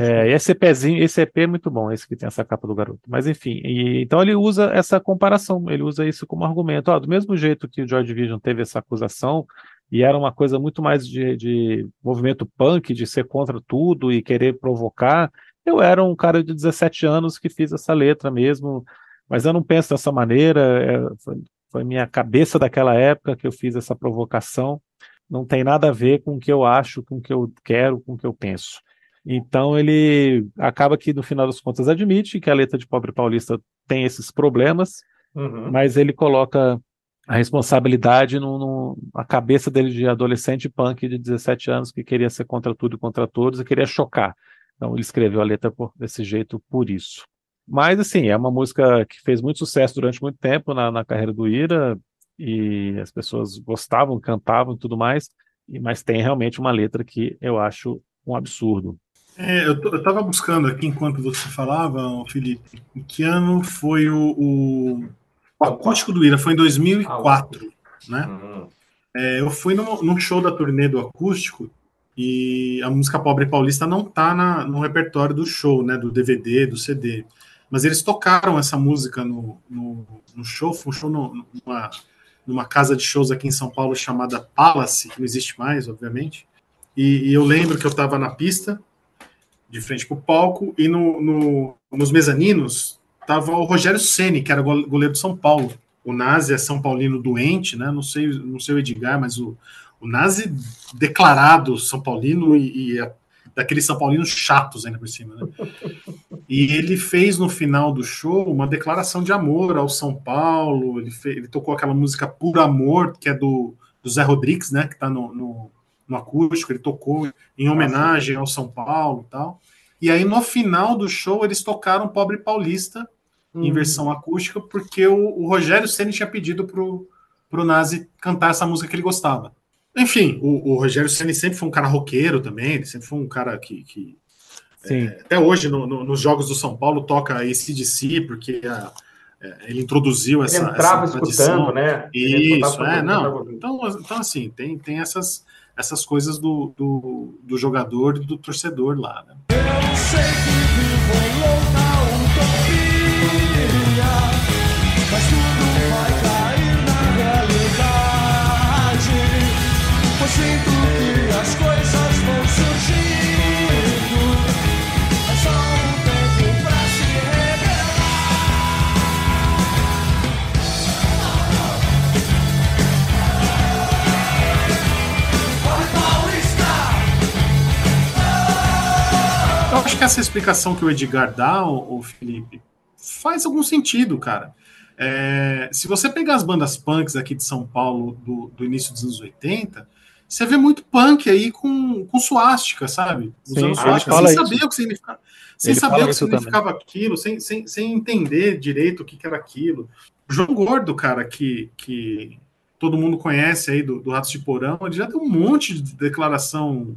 Esse EP é muito bom, esse que tem essa capa do garoto. Mas enfim, então ele usa essa comparação, ele usa isso como argumento. Do mesmo jeito que o Joy Division teve essa acusação, e era uma coisa muito mais de movimento punk, de ser contra tudo e querer provocar, Eu era um cara de 17 anos que fiz essa letra mesmo, mas eu não penso dessa maneira, foi minha cabeça daquela época que eu fiz essa provocação, não tem nada a ver com o que eu acho, com o que eu quero, com o que eu penso. Então ele acaba que, no final das contas, admite que a letra de Pobre Paulista tem esses problemas, Uhum. mas ele coloca a responsabilidade na cabeça dele de adolescente punk de 17 anos que queria ser contra tudo e contra todos e queria chocar. Então ele escreveu a letra desse jeito por isso. Mas assim, é uma música que fez muito sucesso durante muito tempo na carreira do Ira e as pessoas gostavam, cantavam e tudo mais, mas tem realmente uma letra que eu acho um absurdo. Eu tava buscando aqui enquanto você falava, ô, Felipe, em que ano foi o acústico do Ira? Foi em 2004, né? Uhum. Eu fui num show da turnê do acústico e a música Pobre Paulista não tá no repertório do show, né? Do DVD, do CD. Mas eles tocaram essa música no show, foi um show numa casa de shows aqui em São Paulo chamada Palace, que não existe mais, obviamente. E eu lembro que eu estava na pista, de frente para o palco, e nos mezaninos estava o Rogério Ceni, que era goleiro de São Paulo. O Nazi é São Paulino doente, né? Não sei o Edgar, mas o Nazi declarado São Paulino e daqueles São Paulinos chatos ainda por cima, né? E ele fez no final do show uma declaração de amor ao São Paulo. Ele tocou aquela música Puro Amor, que é do Zé Rodrigues, né? Que está no acústico. Ele tocou em homenagem ao São Paulo e tal. E aí, no final do show, eles tocaram Pobre Paulista em versão acústica, porque o Rogério Ceni tinha pedido pro Nazi cantar essa música que ele gostava. Enfim, o Rogério Ceni sempre foi um cara roqueiro também, ele sempre foi um cara que até hoje nos jogos do São Paulo toca AC/DC, porque ele introduziu essa entrava essa escutando, né? Isso, não. Então assim, tem essas coisas do jogador e do torcedor lá, né? Eu sei que vivo louca utopia, mas tudo vai cair na realidade. Pois sinto que as coisas vão surgindo, é só um tempo pra se revelar. Pobre Paulista. Eu acho que essa explicação que o Edgar dá, o Felipe, faz algum sentido, cara. Se você pegar as bandas punks aqui de São Paulo do início dos anos 80, você vê muito punk aí com suástica, sabe? Usando suástica, sem saber o que significava. Sem saber o que significava aquilo, sem entender direito o que era aquilo. O João Gordo, cara, que todo mundo conhece aí do Ratos de Porão, ele já deu um monte de declaração.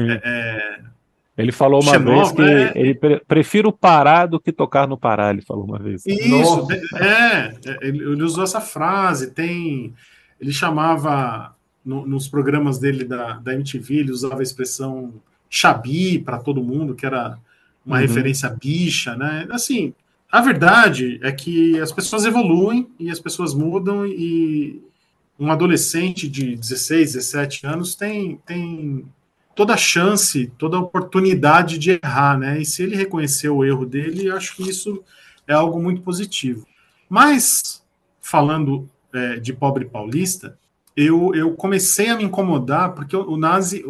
Ele falou uma vez que ele prefiro parar do que tocar no Pará, ele falou uma vez. Isso, ele usou essa frase, ele chamava, nos programas dele da MTV, ele usava a expressão Xabi para todo mundo, que era uma referência à bicha, né? Assim, a verdade é que as pessoas evoluem e as pessoas mudam e um adolescente de 16, 17 anos tem toda a chance, toda a oportunidade de errar, né? E se ele reconhecer o erro dele, eu acho que isso é algo muito positivo. Mas, falando de Pobre Paulista, eu comecei a me incomodar, porque o Nazi,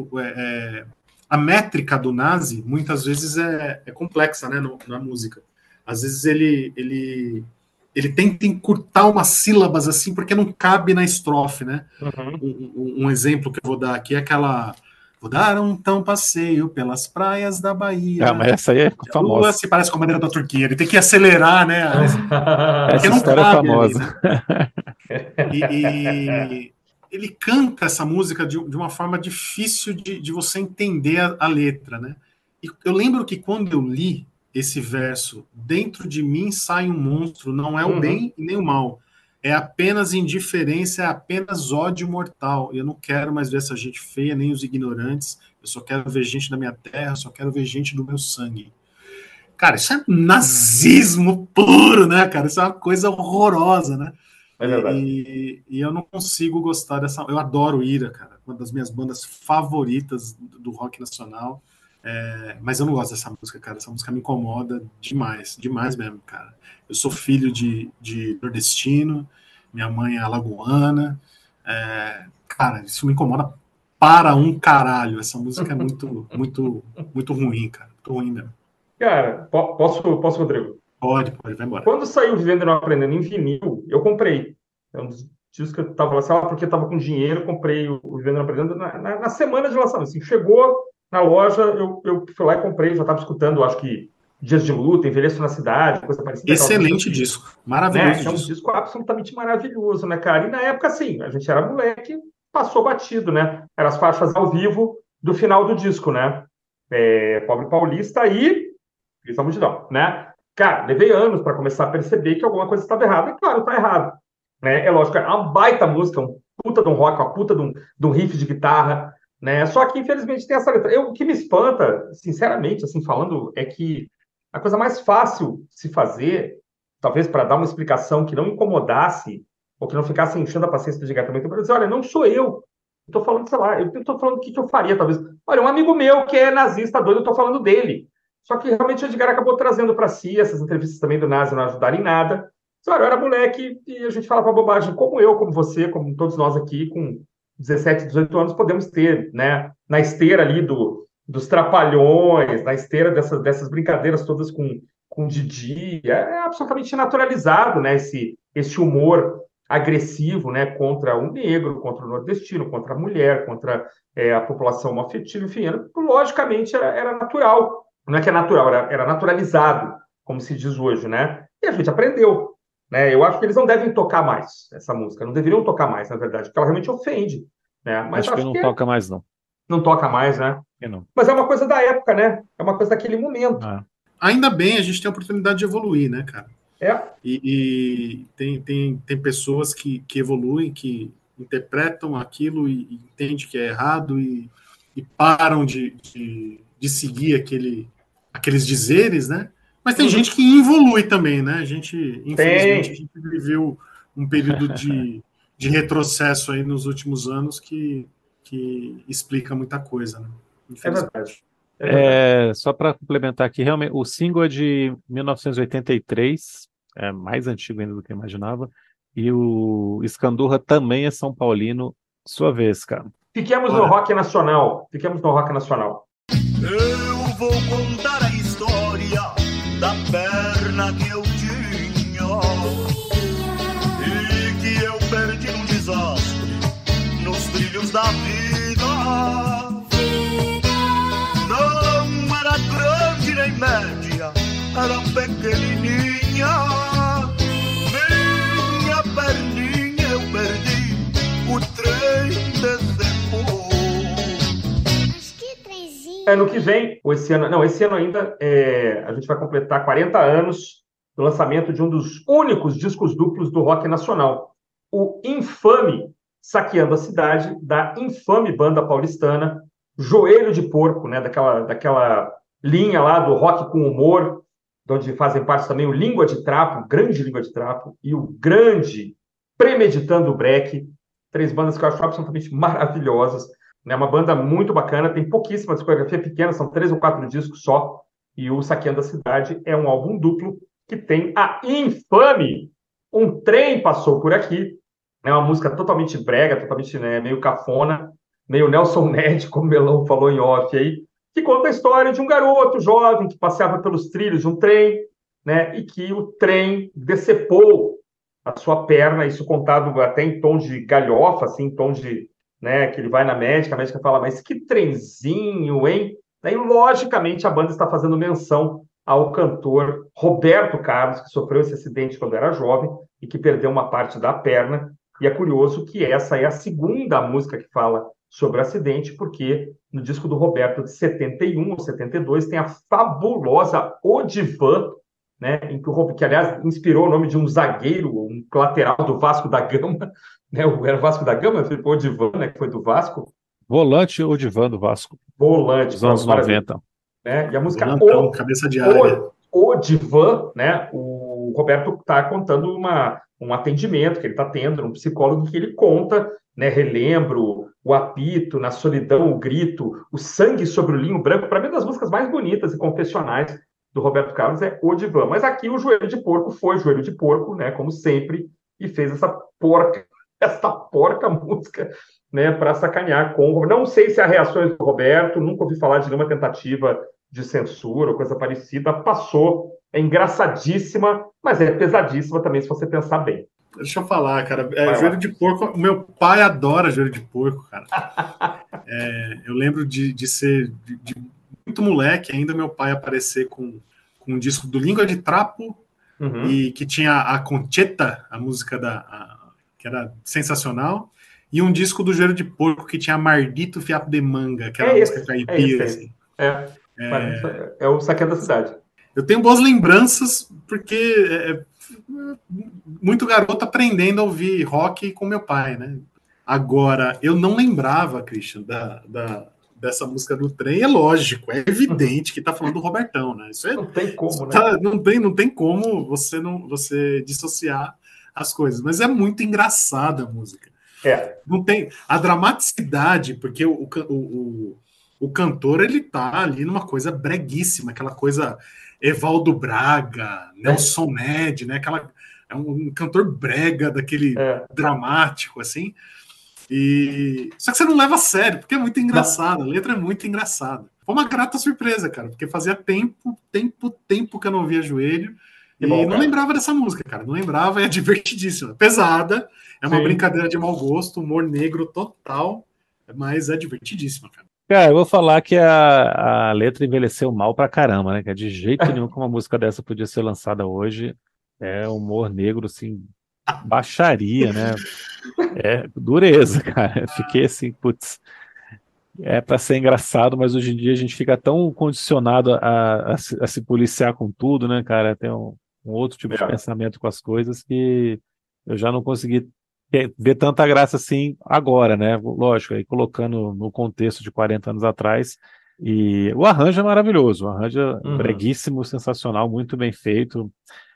a métrica do Nazi, muitas vezes é complexa, né, na música. Às vezes ele tenta encurtar umas sílabas assim, porque não cabe na estrofe, né? Um exemplo que eu vou dar aqui é aquela... Vou dar um tão passeio pelas praias da Bahia. Mas essa aí é famosa. Se parece com a bandeira da Turquia. Ele tem que acelerar, né? Essa história é famosa. Ali, né? E ele canta essa música de uma forma difícil de você entender a letra, né? E eu lembro que quando eu li esse verso, dentro de mim sai um monstro, não é o bem e nem o mal. É apenas indiferença, é apenas ódio mortal. Eu não quero mais ver essa gente feia, nem os ignorantes. Eu só quero ver gente da minha terra, eu só quero ver gente do meu sangue. Cara, isso é nazismo puro, né, cara? Isso é uma coisa horrorosa, né? É verdade. E eu não consigo gostar dessa... Eu adoro Ira, cara. Uma das minhas bandas favoritas do rock nacional. Mas eu não gosto dessa música, cara. Essa música me incomoda demais, demais mesmo, cara. Eu sou filho de nordestino, minha mãe é alagoana. Cara, isso me incomoda para um caralho. Essa música é muito, muito, muito ruim, cara. Muito ruim mesmo. Cara, posso, Rodrigo? Pode, vai embora. Quando saiu Vivendo e Não Aprendendo em vinil, eu comprei. É um dos discos que eu tava lá, sei lá, porque eu tava com dinheiro, comprei o Vivendo e Não Aprendendo na semana de lançamento. Assim, chegou na loja, eu fui lá e comprei, já tava escutando, acho que Dias de Luta, Envelheço na Cidade, coisa parecida. Excelente disco, maravilhoso. Né? É um disco absolutamente maravilhoso, né, cara? E na época, assim, a gente era moleque, passou batido, né? Eram as faixas ao vivo do final do disco, né? Pobre Paulista e Cristão Multidão, né? Cara, levei anos para começar a perceber que alguma coisa estava errada. E claro, tá errado. Né? É lógico, é uma baita música, um puta de um rock, uma puta de um riff de guitarra, né? Só que, infelizmente, tem essa letra. O que me espanta, sinceramente, assim, falando, é que a coisa mais fácil de se fazer, talvez para dar uma explicação que não incomodasse, ou que não ficasse enchendo a paciência do diretamente, para dizer, olha, não sou eu. Estou falando, sei lá, eu estou falando o que eu faria, talvez. Olha, um amigo meu que é nazista doido, eu estou falando dele. Só que realmente o Edgar acabou trazendo para si, essas entrevistas também do Nazi não ajudaram em nada. Olha, eu era moleque e a gente falava bobagem, como eu, como você, como todos nós aqui, com 17, 18 anos, podemos ter, né? Na esteira ali dos trapalhões, na esteira dessas brincadeiras todas com Didi, absolutamente naturalizado, né? Esse humor agressivo, né? Contra o negro, contra o nordestino, contra a mulher, contra a população homoafetiva, enfim, logicamente era natural. Não é que é natural, era naturalizado, como se diz hoje, né? E a gente aprendeu. Né? Eu acho que eles não devem tocar mais essa música, não deveriam tocar mais, na verdade, porque ela realmente ofende. Né? Mas acho que não toca mais, não. Não toca mais, né? Não. Mas é uma coisa da época, né? É uma coisa daquele momento. Ainda bem, a gente tem a oportunidade de evoluir, né, cara? E tem pessoas que evoluem, que interpretam aquilo e entendem que é errado e param de seguir aqueles dizeres, né? Mas tem gente que evolui também, né? Infelizmente, a gente viveu um período de retrocesso aí nos últimos anos que explica muita coisa, né? Infelizmente. Só para complementar aqui, realmente, o single é de 1983, é mais antigo ainda do que eu imaginava, e o Escandurra também é São Paulino, sua vez, cara. Fiquemos no rock nacional. Eu vou contar a história da perna que eu tinha e que eu perdi num desastre nos trilhos da vida. Não era grande nem média, era pequenininha. Minha perninha eu perdi, o trem decepou. No que vem, esse ano ainda, a gente vai completar 40 anos do lançamento de um dos únicos discos duplos do rock nacional, o infame Saqueando a Cidade, da infame banda paulistana Joelho de Porco, né, daquela linha lá do rock com humor, onde fazem parte também o Língua de Trapo, o grande Língua de Trapo, e o grande Premeditando o Break, 3 bandas que eu acho absolutamente maravilhosas. É uma banda muito bacana, tem pouquíssima discografia pequena, são 3 ou 4 discos só, e o Saqueando a Cidade é um álbum duplo que tem a infame Um Trem Passou Por Aqui, é uma música totalmente brega, totalmente, né, meio cafona, meio Nelson Ned, como o Melão falou em off aí, que conta a história de um garoto jovem que passeava pelos trilhos de um trem, né, e que o trem decepou a sua perna, isso contado até em tom de galhofa, assim, em tom de, né, que ele vai na médica, a médica fala, mas que trenzinho, hein? Daí, logicamente, a banda está fazendo menção ao cantor Roberto Carlos, que sofreu esse acidente quando era jovem e que perdeu uma parte da perna. E é curioso que essa é a segunda música que fala sobre o acidente, porque no disco do Roberto de 71 ou 72 tem a fabulosa O Divã, né, que, aliás, inspirou o nome de um zagueiro, um lateral do Vasco da Gama, né, era o Vasco da Gama, o Odivan, né, que foi do Vasco. Volante Odivan do Vasco. Volante. Dos anos 90. Né, e a música cabeça de área. Odivan, né, o Roberto está contando um atendimento que ele está tendo, um psicólogo que ele conta, né, relembro o apito, na solidão, o grito, o sangue sobre o linho branco, para mim, é uma das músicas mais bonitas e confessionais do Roberto Carlos é O Divã. Mas aqui o Joelho de Porco foi Joelho de Porco, né, como sempre, e fez essa porca música, né, para sacanear com o Roberto. Não sei se há reações do Roberto, nunca ouvi falar de nenhuma tentativa de censura ou coisa parecida. Passou, é engraçadíssima, mas é pesadíssima também, se você pensar bem. Deixa eu falar, cara. Joelho de porco, meu pai adora joelho de porco, cara. Eu lembro de ser de muito moleque ainda, meu pai aparecer com um disco do Língua de Trapo, e que tinha a Concheta, a música que era sensacional, e um disco do Joelho de Porco que tinha Mardito Fiapo de Manga, que era a música caipira. Assim. É o Saque da Cidade. Eu tenho boas lembranças, porque muito garoto aprendendo a ouvir rock com meu pai, né? Agora, eu não lembrava, Christian, dessa música do trem. É lógico, é evidente que tá falando do Robertão, né? Isso não tem como, né? Não tem como você dissociar as coisas, mas é muito engraçada a música. Não tem a dramaticidade, porque o cantor, ele tá ali numa coisa breguíssima, aquela coisa Evaldo Braga, Nelson Ned, né? É um cantor brega, daquele dramático, assim. Só que você não leva a sério, porque é muito engraçado, a letra é muito engraçada. Foi uma grata surpresa, cara, porque fazia tempo que eu não via Joelho, não lembrava dessa música, cara, não lembrava, é divertidíssima, pesada, é uma brincadeira de mau gosto, humor negro total, mas é divertidíssima, cara. Cara, eu vou falar que a letra envelheceu mal pra caramba, né? Que de jeito nenhum que uma música dessa podia ser lançada hoje. É humor negro, assim, baixaria, né? É dureza, cara. Eu fiquei assim, putz, é pra ser engraçado, mas hoje em dia a gente fica tão condicionado a se policiar com tudo, né, cara? Tem um outro tipo de pensamento com as coisas que eu já não consegui ver tanta graça assim agora, né? Lógico, aí colocando no contexto de 40 anos atrás. E o arranjo é maravilhoso, o arranjo é breguíssimo, sensacional, muito bem feito.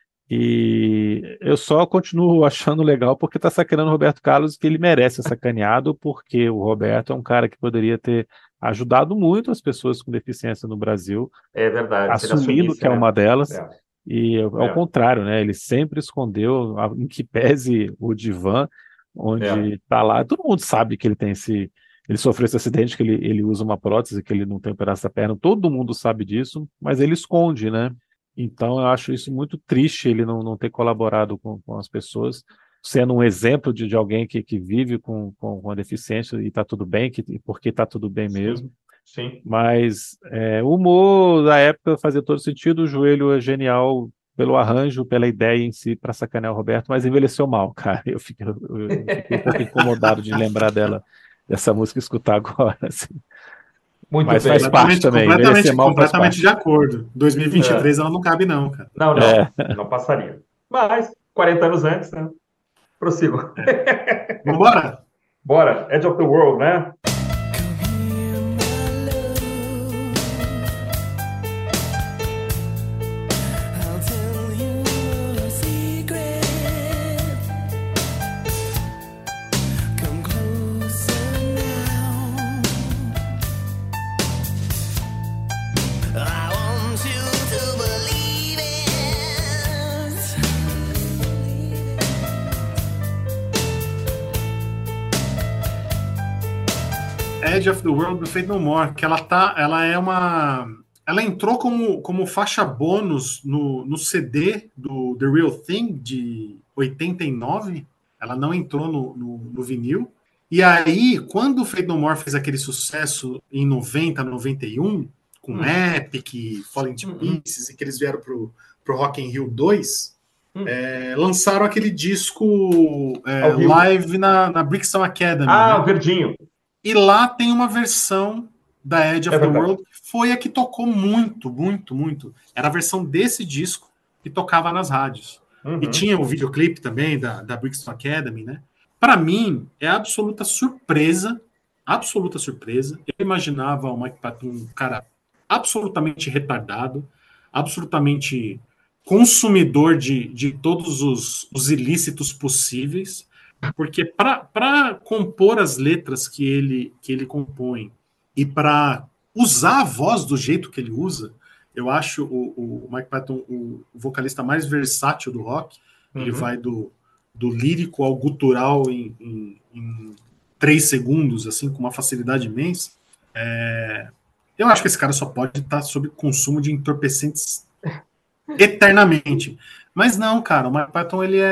E eu só continuo achando legal porque tá sacaneando o Roberto Carlos, que ele merece ser sacaneado, porque o Roberto é um cara que poderia ter ajudado muito as pessoas com deficiência no Brasil. É verdade. Assumindo que é uma delas. E ao contrário, né? Ele sempre escondeu, em que pese o Divã, onde tá lá. Todo mundo sabe que ele tem ele sofreu esse acidente, que ele usa uma prótese, que ele não tem um pedaço da perna. Todo mundo sabe disso, mas ele esconde, né? Então eu acho isso muito triste, ele não ter colaborado com as pessoas, sendo um exemplo de alguém que vive com a deficiência e tá tudo bem, porque tá tudo bem mesmo. Sim. Mas o humor da época fazia todo sentido, o Joelho é genial pelo arranjo, pela ideia em si, para sacanear o Roberto, mas envelheceu mal, cara. Eu fiquei um pouco incomodado de lembrar dessa música e escutar agora, assim. Muito mas bem. faz parte também. Completamente de acordo. 2023 ela não cabe, não, cara. Não passaria. Mas, 40 anos antes, né? Prossigo. Vambora? Bora. Edge of the World, né? Edge of the World do Faith No More, que ela entrou como faixa bônus no CD do The Real Thing de 89, ela não entrou no vinil, e aí quando o Faith No More fez aquele sucesso em 90, 91, com Epic, Falling to Pieces, e que eles vieram pro Rock in Rio 2, lançaram aquele disco live na Brixton Academy. O verdinho. E lá tem uma versão da Edge of the World, que foi a que tocou muito, muito, muito. Era a versão desse disco que tocava nas rádios. E tinha o videoclipe também da Brixton Academy, né? Para mim, é absoluta surpresa. Eu imaginava o Mike Patton um cara absolutamente retardado, absolutamente consumidor de todos os ilícitos possíveis. Porque para compor as letras que ele compõe e para usar a voz do jeito que ele usa, eu acho o Mike Patton o vocalista mais versátil do rock. Ele vai do lírico ao gutural em 3 segundos, assim, com uma facilidade imensa. Eu acho que esse cara só pode estar sob consumo de entorpecentes eternamente. Mas não, cara, o Mike Patton ele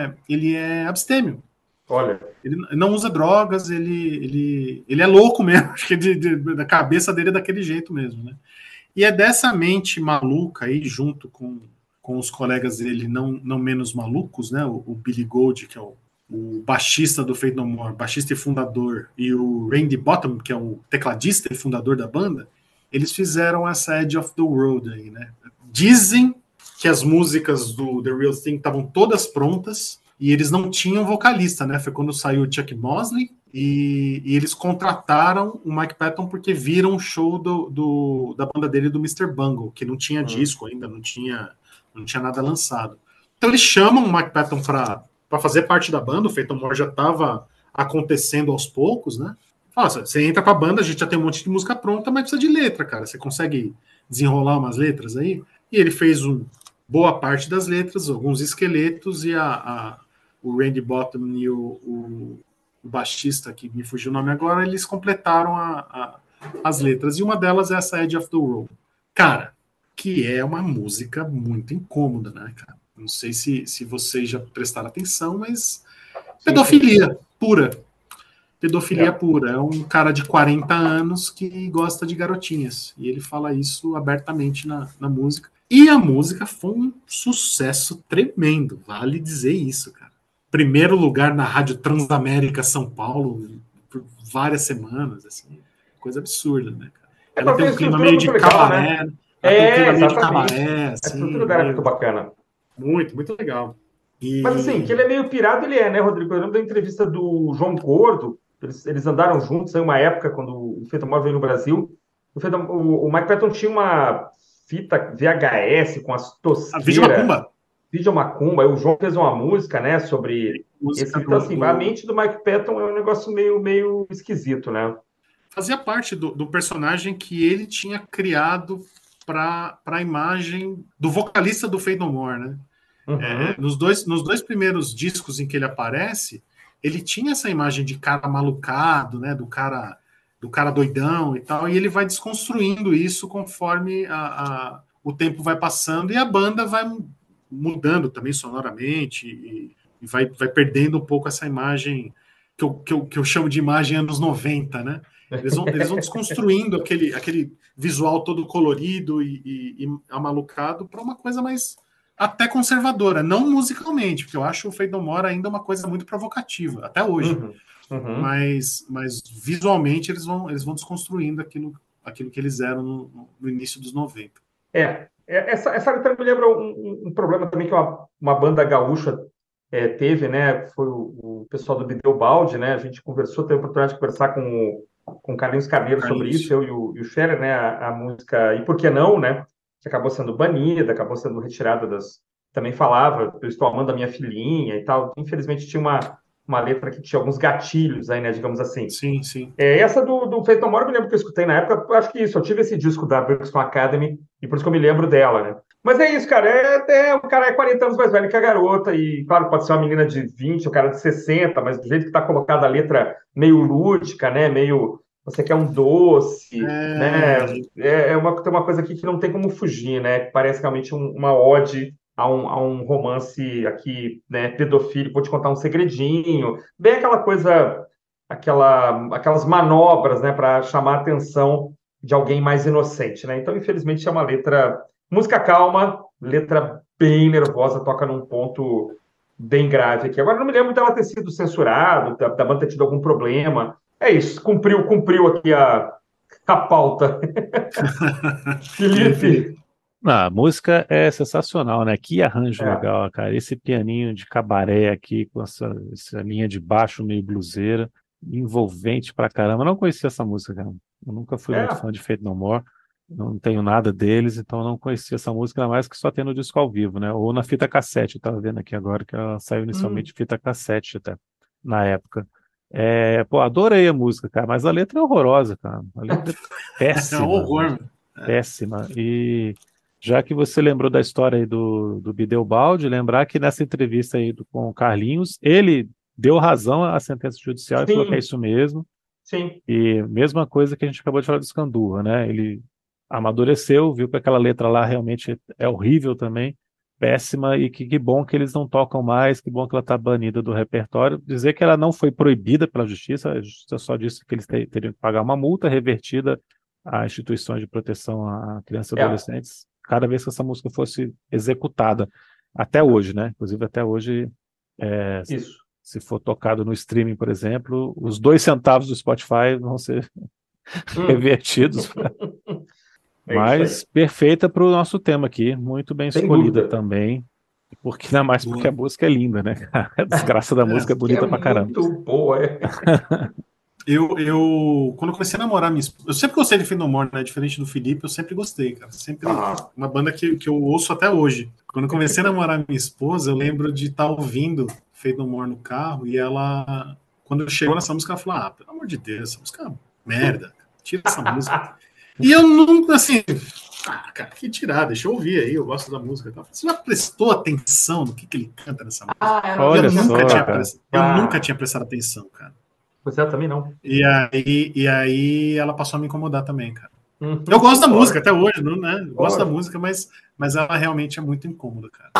é abstêmio. Olha, Ele não usa drogas, ele é louco mesmo. Acho que da cabeça dele é daquele jeito mesmo, né? E é dessa mente maluca aí, junto com os colegas dele não menos malucos, né? O Billy Gold, que é o baixista do Faith No More, baixista e fundador, e o Randy Bottom, que é o tecladista e fundador da banda, eles fizeram essa Edge of the World aí, né? Dizem que as músicas do The Real Thing estavam todas prontas e eles não tinham vocalista, né? Foi quando saiu o Chuck Mosley e eles contrataram o Mike Patton porque viram o show da banda dele, do Mr. Bungle, que não tinha disco ainda, não tinha nada lançado. Então eles chamam o Mike Patton para fazer parte da banda. O Faith No More já estava acontecendo aos poucos, né? Nossa, você entra pra banda, a gente já tem um monte de música pronta, mas precisa de letra, cara. Você consegue desenrolar umas letras aí? E ele fez boa parte das letras, alguns esqueletos, e o Randy Bottom e o baixista, que me fugiu o nome agora, eles completaram as letras. E uma delas é essa Edge of the World. Cara, que é uma música muito incômoda, né, cara? Não sei se vocês já prestaram atenção, mas pedofilia pura. Pedofilia pura. É um cara de 40 anos que gosta de garotinhas. E ele fala isso abertamente na música. E a música foi um sucesso tremendo. Vale dizer isso, cara. Primeiro lugar na Rádio Transamérica São Paulo por várias semanas. Assim, coisa absurda, né, cara? Ela tem um clima meio de cabaré. Né? Exatamente. Assim, a estrutura dela é muito bacana. Muito, muito legal. Mas assim, que ele é meio pirado, ele é, né, Rodrigo? Eu lembro da entrevista do João Gordo, eles andaram juntos em uma época, quando o Faith No More veio no Brasil. O Mike Patton tinha uma fita VHS com as tosqueiras. Vídeo Macumba. Aí o João fez uma música, né, sobre esse. Então, assim, a mente do Mike Patton é um negócio meio esquisito, né? Fazia parte do personagem que ele tinha criado para a imagem do vocalista do Faith No More, né? Nos dois primeiros discos em que ele aparece, ele tinha essa imagem de cara malucado, né? Do cara doidão e tal, e ele vai desconstruindo isso conforme o tempo vai passando e a banda vai mudando também sonoramente e vai perdendo um pouco essa imagem que eu chamo de imagem anos 90, né? Eles vão desconstruindo aquele visual todo colorido e amalucado para uma coisa mais até conservadora, não musicalmente, porque eu acho o Faith No More ainda uma coisa muito provocativa, até hoje. Mas visualmente eles vão desconstruindo aquilo que eles eram no início dos 90. Essa letra me lembra um problema também que uma banda gaúcha teve, né? Foi o pessoal do Bideobaldi, né? A gente conversou, teve a oportunidade de conversar com o Carlinhos Carneiro sobre isso, eu e o Scherer, né? A música E Por Que Não, né? Que acabou sendo banida, acabou sendo retirada das... Também falava, eu estou amando a minha filhinha e tal. Infelizmente tinha uma letra que tinha alguns gatilhos aí, né? Digamos assim. Sim, sim. Essa do Faith No More, eu me lembro que eu escutei na época, eu acho que isso, eu tive esse disco da Brixton Academy e por isso que eu me lembro dela, né? Mas é isso, cara, o cara é 40 anos mais velho que a garota e, claro, pode ser uma menina de 20, o cara de 60, mas do jeito que tá colocada a letra meio lúdica, né? Meio... Você quer um doce, né? Tem uma coisa aqui que não tem como fugir, né? Parece realmente uma ode a um romance aqui, né? Pedofílico. Vou te contar um segredinho. Bem aquela coisa, aquelas manobras, né? Para chamar a atenção de alguém mais inocente, né? Então, infelizmente, é uma letra... Música calma, letra bem nervosa, toca num ponto bem grave aqui. Agora, não me lembro dela ter sido censurado, da banda ter tido algum problema. É isso, cumpriu aqui a pauta. Felipe. A música é sensacional, né? Que arranjo legal, cara. Esse pianinho de cabaré aqui, com essa linha de baixo meio bluseira, envolvente pra caramba. Eu não conhecia essa música, cara. Eu nunca fui muito fã de Faith No More. Não tenho nada deles, então não conhecia essa música, ainda mais que só tem no disco ao vivo, né? Ou na fita cassete. Eu tava vendo aqui agora que ela saiu inicialmente fita cassete até. na época. Pô, adorei a música, cara, mas a letra é horrorosa, cara. A letra é É um péssima, horror, mano. péssima. E já que você lembrou da história aí do Bideobaldi, lembrar que nessa entrevista aí com o Carlinhos, ele deu razão à sentença judicial e falou que é Sim, isso mesmo. sim. E mesma coisa que a gente acabou de falar do Scandurra, né? Ele amadureceu, viu que aquela letra lá realmente é horrível também, péssima, e que bom que eles não tocam mais, que bom que ela está banida do repertório. Dizer que ela não foi proibida pela justiça, a justiça só disse que eles teriam que pagar uma multa revertida a instituições de proteção a crianças e É, adolescentes, cada vez que essa música fosse executada. Até hoje, né? Inclusive, até hoje, é, isso. se for tocado no streaming, por exemplo, os 2 centavos do Spotify vão ser Hum. revertidos. É isso aí. Mas perfeita para o nosso tema aqui, muito bem Sem escolhida dúvida. também, porque ainda mais porque a Boa. música é linda, né, cara? A desgraça da É, música é Que é bonita pra caramba. muito boa, é. quando eu comecei a namorar minha esposa, eu sempre gostei de Fade No More, né? Diferente do Felipe, eu sempre gostei, cara. Sempre Ah, uma banda que eu ouço até hoje. Quando eu comecei a namorar minha esposa, eu lembro de estar ouvindo Fade No More no carro e ela, quando chegou nessa música, ela falou: Ah, pelo amor de Deus, essa música é uma merda, tira essa música. E eu nunca, assim, cara, que tirar, deixa eu ouvir aí, eu gosto da música. Você já prestou atenção no que ele canta nessa música? eu não E havia Olha nunca só, tinha, cara. eu nunca Ah, tinha prestado atenção, cara. você também não. E aí ela passou a me incomodar também, cara. Eu Uhum. gosto da música até Lógico, hoje, não, né? Eu gosto da lógico. música, mas ela realmente é muito incômoda, cara.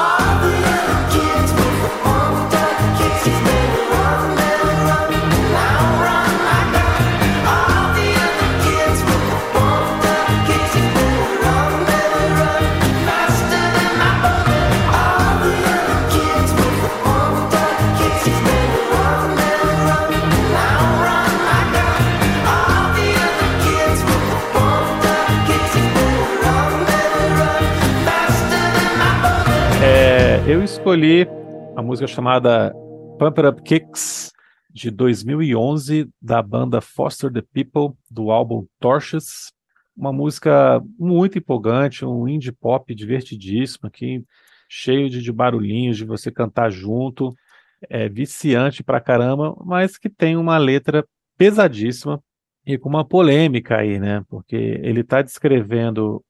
Eu escolhi a música chamada Pump It Up Kicks, de 2011, da banda Foster the People, do álbum Torches. Uma música muito empolgante, um indie pop divertidíssimo, aqui, cheio de barulhinhos, de você cantar junto, viciante pra caramba, mas que tem uma letra pesadíssima e com uma polêmica aí, né? Porque ele está descrevendo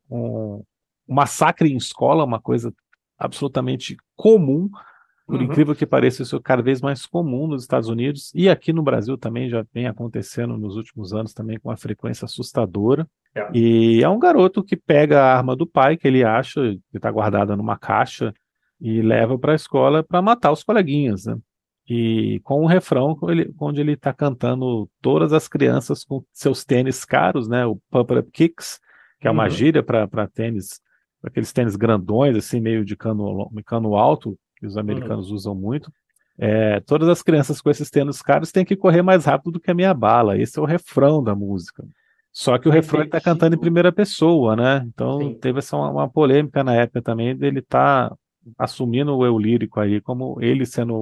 um massacre em escola, uma coisa absolutamente comum, por Uhum. incrível que pareça, isso é cada vez mais comum nos Estados Unidos e aqui no Brasil também já vem acontecendo nos últimos anos também com uma frequência assustadora. É. E é um garoto que pega a arma do pai, que ele acha que está guardada numa caixa, e leva para a escola para matar os coleguinhas, né? E com um refrão onde ele está cantando todas as crianças com seus tênis caros, né? O Pump Up Kicks, que é uma Uhum. gíria para tênis, pra aqueles tênis grandões, assim, meio de cano alto, que os Uhum. americanos usam muito. Todas as crianças com esses tênis caros têm que correr mais rápido do que a minha bala. Esse é o refrão da música. Só que o refrão ele está cantando em Repetido. primeira pessoa, né? Então Sim. teve essa uma polêmica na época também dele estar assumindo o eu lírico aí como ele sendo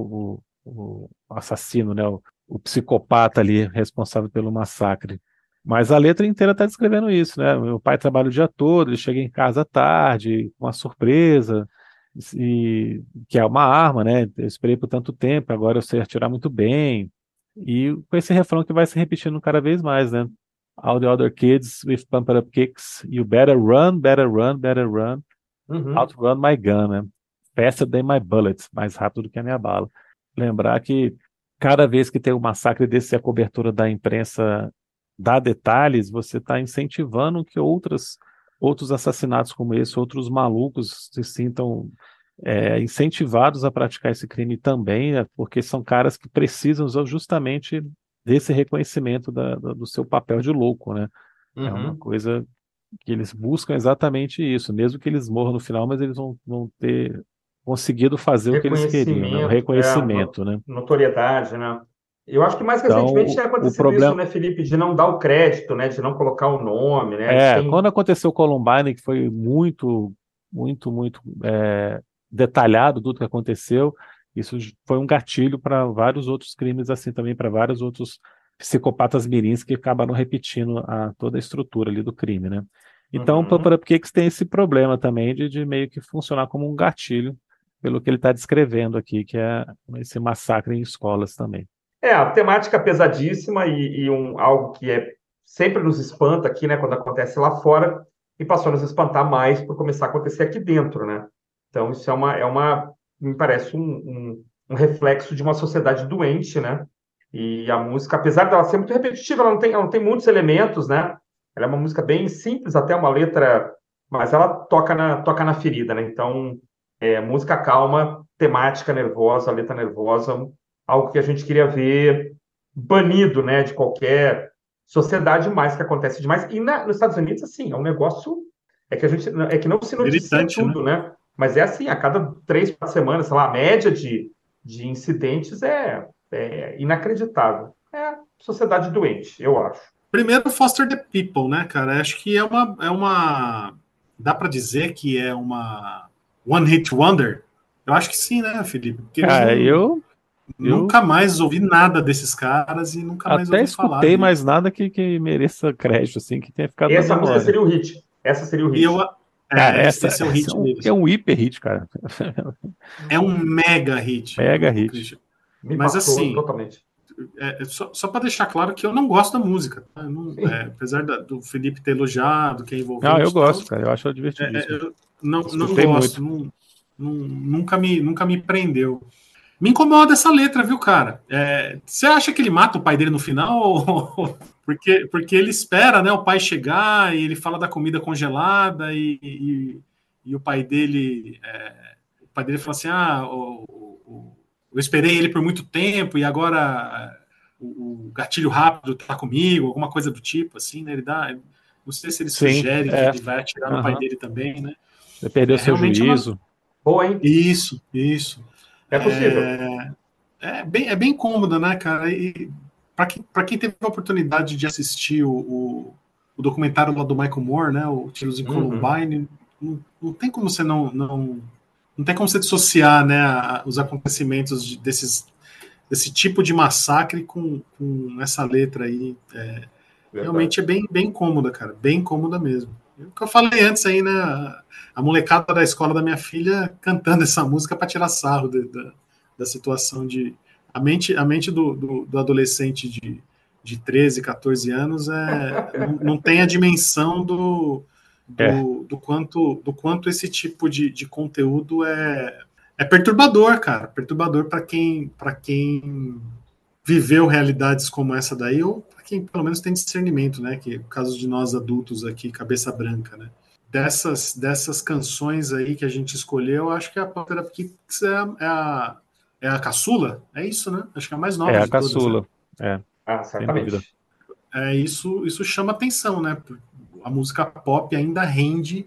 o assassino, né? O psicopata ali responsável pelo massacre. Mas a letra inteira está descrevendo isso, né? Meu pai trabalha o dia todo, ele chega em casa à tarde, com uma surpresa, e, que é uma arma, né? Eu esperei por tanto tempo, agora eu sei atirar muito bem. E com esse refrão que vai se repetindo cada vez mais, né? All the other kids with pump up kicks, you better run, better run, better run, Uhum. outrun my gun, né? Faster than my bullets, mais rápido do que a minha bala. Lembrar que cada vez que tem um massacre desse, a cobertura da imprensa dá detalhes, você está incentivando que outros assassinatos como esse, outros malucos se sintam incentivados a praticar esse crime também, né, porque são caras que precisam justamente desse reconhecimento do seu papel de louco, né? É uma Uhum. coisa que eles buscam exatamente isso, mesmo que eles morram no final, mas eles vão ter conseguido fazer o que eles queriam, né? O Reconhecimento, reconhecimento, né? notoriedade, né? Eu acho que mais Então, recentemente tem o acontecido isso, problema né, Felipe, de não dar o crédito, né, de não colocar o nome, né? A gente quando tem. aconteceu o Columbine, que foi muito, muito, muito detalhado tudo que aconteceu, isso foi um gatilho para vários outros crimes assim também, para vários outros psicopatas mirins que acabaram repetindo toda a estrutura ali do crime, né? Então, o Pump Uhum. Up Kicks tem esse problema também de meio que funcionar como um gatilho, pelo que ele está descrevendo aqui, que é esse massacre em escolas também. A temática pesadíssima e algo que sempre nos espanta aqui, né, quando acontece lá fora, e passou a nos espantar mais por começar a acontecer aqui dentro, né? Então, isso me parece um reflexo de uma sociedade doente, né? E a música, apesar dela ser muito repetitiva, ela não tem muitos elementos, né? Ela é uma música bem simples, até uma letra, mas ela toca na ferida, né? Então, música calma, temática nervosa, letra nervosa, algo que a gente queria ver banido, né, de qualquer sociedade, mais que acontece demais. E nos Estados Unidos, assim, é um negócio que não se noticia Gritante, né? tudo, né? Mas é assim, a cada 3, 4 semanas, sei lá, a média de incidentes é inacreditável. É sociedade doente, eu acho. Primeiro, Foster the People, né, cara? Acho que dá para dizer que é uma One Hit Wonder? Eu acho que sim, né, Felipe? Porque Cara, eu nunca mais ouvi nada desses caras e nunca mais até ouvi falar escutei, deles. mas nada que mereça crédito, assim, que tenha ficado na Essa música memória. seria o hit. Essa seria o E eu, hit. Cara, esse é o hit é deles. um hiper hit, cara. É um mega hit, Mega o hit. Christian. Me Mas passou assim, totalmente. só para deixar claro que eu não gosto da música. Tá? Sim. Apesar do Felipe ter elogiado, que é Não, eu envolvente e tal, gosto, cara. Eu acho divertidíssimo. eu não Escutei gosto. muito. Nunca me prendeu. Me incomoda essa letra, viu, cara? Você acha que ele mata o pai dele no final? Porque ele espera, né, o pai chegar e ele fala da comida congelada e o pai dele fala assim, eu esperei ele por muito tempo e agora o gatilho rápido tá comigo, alguma coisa do tipo, assim, né? Não sei se ele Sim, sugere que ele vai atirar no pai Aham. dele também, né? Você perdeu seu Realmente é uma... juízo. Boa, hein? Isso. É possível. É bem cômoda, né, cara? E para quem teve a oportunidade de assistir o documentário lá do Michael Moore, né, o Tiros em Uhum. Columbine, não tem como você não tem como você dissociar, né, os acontecimentos desse tipo de massacre com essa letra aí. Realmente Verdade. é bem cômoda, cara, bem cômoda mesmo. O que eu falei antes aí, né, a molecada da escola da minha filha cantando essa música para tirar sarro da situação de... A mente do adolescente de 13, 14 anos não tem a dimensão É, do quanto esse tipo de conteúdo é perturbador, cara. Perturbador para quem viveu realidades como essa daí, ou para quem pelo menos tem discernimento, né? Que é o caso de nós adultos aqui, cabeça branca, né? Dessas canções aí que a gente escolheu, acho que a Pantera Kicks é a caçula, é isso, né? Acho que é a mais é nova a de todas, né? caçula. É, sem dúvida. Certamente. Isso chama atenção, né? A música pop ainda rende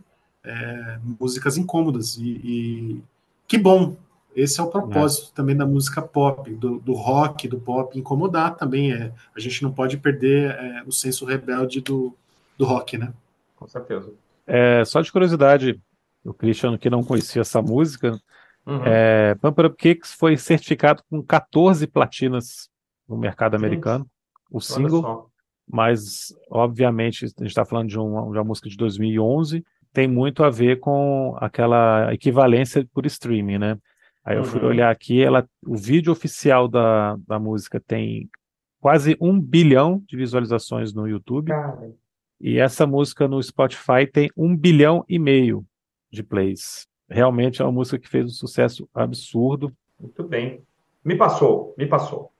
músicas incômodas e que bom. Esse é o É. propósito também da música pop, do rock, do pop, incomodar também. A gente não pode perder o senso rebelde do rock, né? Com certeza. Só de curiosidade, o Christian que não conhecia essa música, Uhum. Pump It Up Kicks foi certificado com 14 platinas no mercado Gente, americano, o olha single, só. mas obviamente a gente está falando de uma música de 2011, tem muito a ver com aquela equivalência por streaming, né? Aí eu fui Uhum. olhar aqui, o vídeo oficial da música tem quase 1 bilhão de visualizações no YouTube, Cara, e essa música no Spotify tem 1,5 bilhão de plays. Realmente é uma música que fez um sucesso absurdo. muito bem. Me passou, me passou.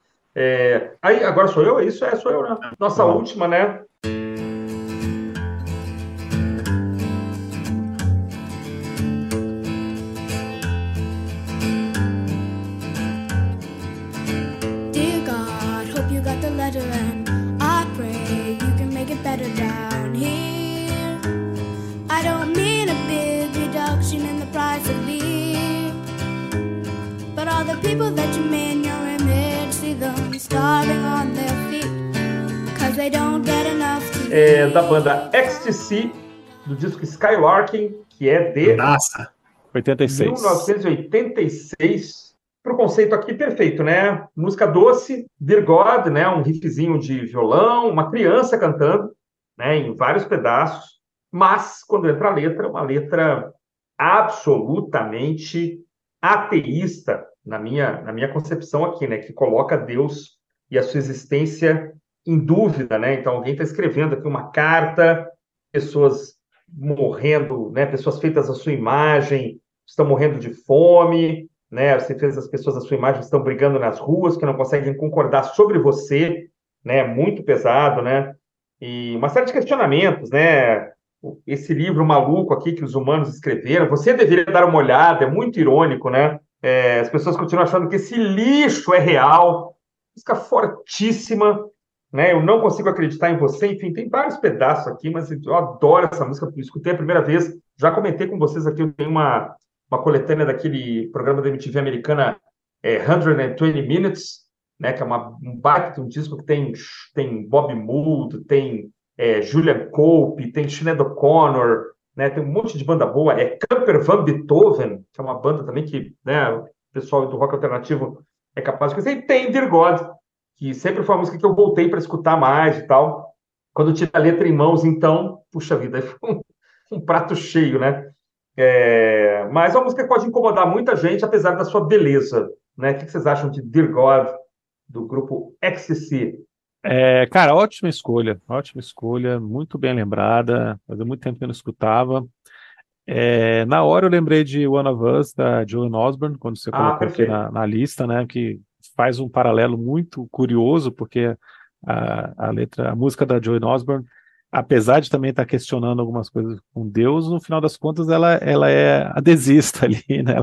Aí, agora sou eu? Isso sou eu, né? Nossa Ó, última, né? Dear God, hope you got the letter and I pray you can make it better down here. I don't mean a big reduction in the price of beer, but all the people that you made in your image, see them starving on their feet, cause they don't get enough to Da banda XTC, do disco Skylarking, que é de Nossa, 86. 1986. Para o conceito aqui, perfeito, né? Música doce, Dear God, né? Um riffzinho de violão, uma criança cantando, né? Em vários pedaços. Mas, quando entra a letra, uma letra absolutamente ateísta, na minha concepção aqui, né? Que coloca Deus e a sua existência em dúvida, né? Então, alguém está escrevendo aqui uma carta, pessoas morrendo, né? Pessoas feitas à sua imagem estão morrendo de fome, né? Você fez as pessoas à sua imagem estão brigando nas ruas, que não conseguem concordar sobre você, né? Muito pesado, né? E uma série de questionamentos, né? Esse livro maluco aqui que os humanos escreveram, você deveria dar uma olhada, é muito irônico, né? As pessoas continuam achando que esse lixo é real, música fortíssima, né? Eu não consigo acreditar em você, enfim, tem vários pedaços aqui, mas eu adoro essa música, eu escutei a primeira vez, já comentei com vocês aqui, eu tenho uma coletânea daquele programa da MTV americana, 120 Minutes, né? Que é um baita de um disco que tem Bob Mould, tem Julian Cope, tem Sinead O'Connor, né? Tem um monte de banda boa, Camper Van Beethoven, que é uma banda também que, né, o pessoal do rock alternativo é capaz de conhecer, e tem Dear God, que sempre foi uma música que eu voltei para escutar mais e tal. Quando eu tive a letra em mãos, então, puxa vida, aí foi um prato cheio, né? Mas é uma música que pode incomodar muita gente, apesar da sua beleza, né? O que vocês acham de Dear God, do grupo XTC? Cara, ótima escolha, muito bem lembrada, fazia muito tempo que eu não escutava. Na hora eu lembrei de One of Us, da Joan Osborne, quando você colocou aqui Perfeito. na lista, né, que faz um paralelo muito curioso, porque a música da Joan Osborne, apesar de também estar questionando algumas coisas com Deus, no final das contas ela é adesista ali, né,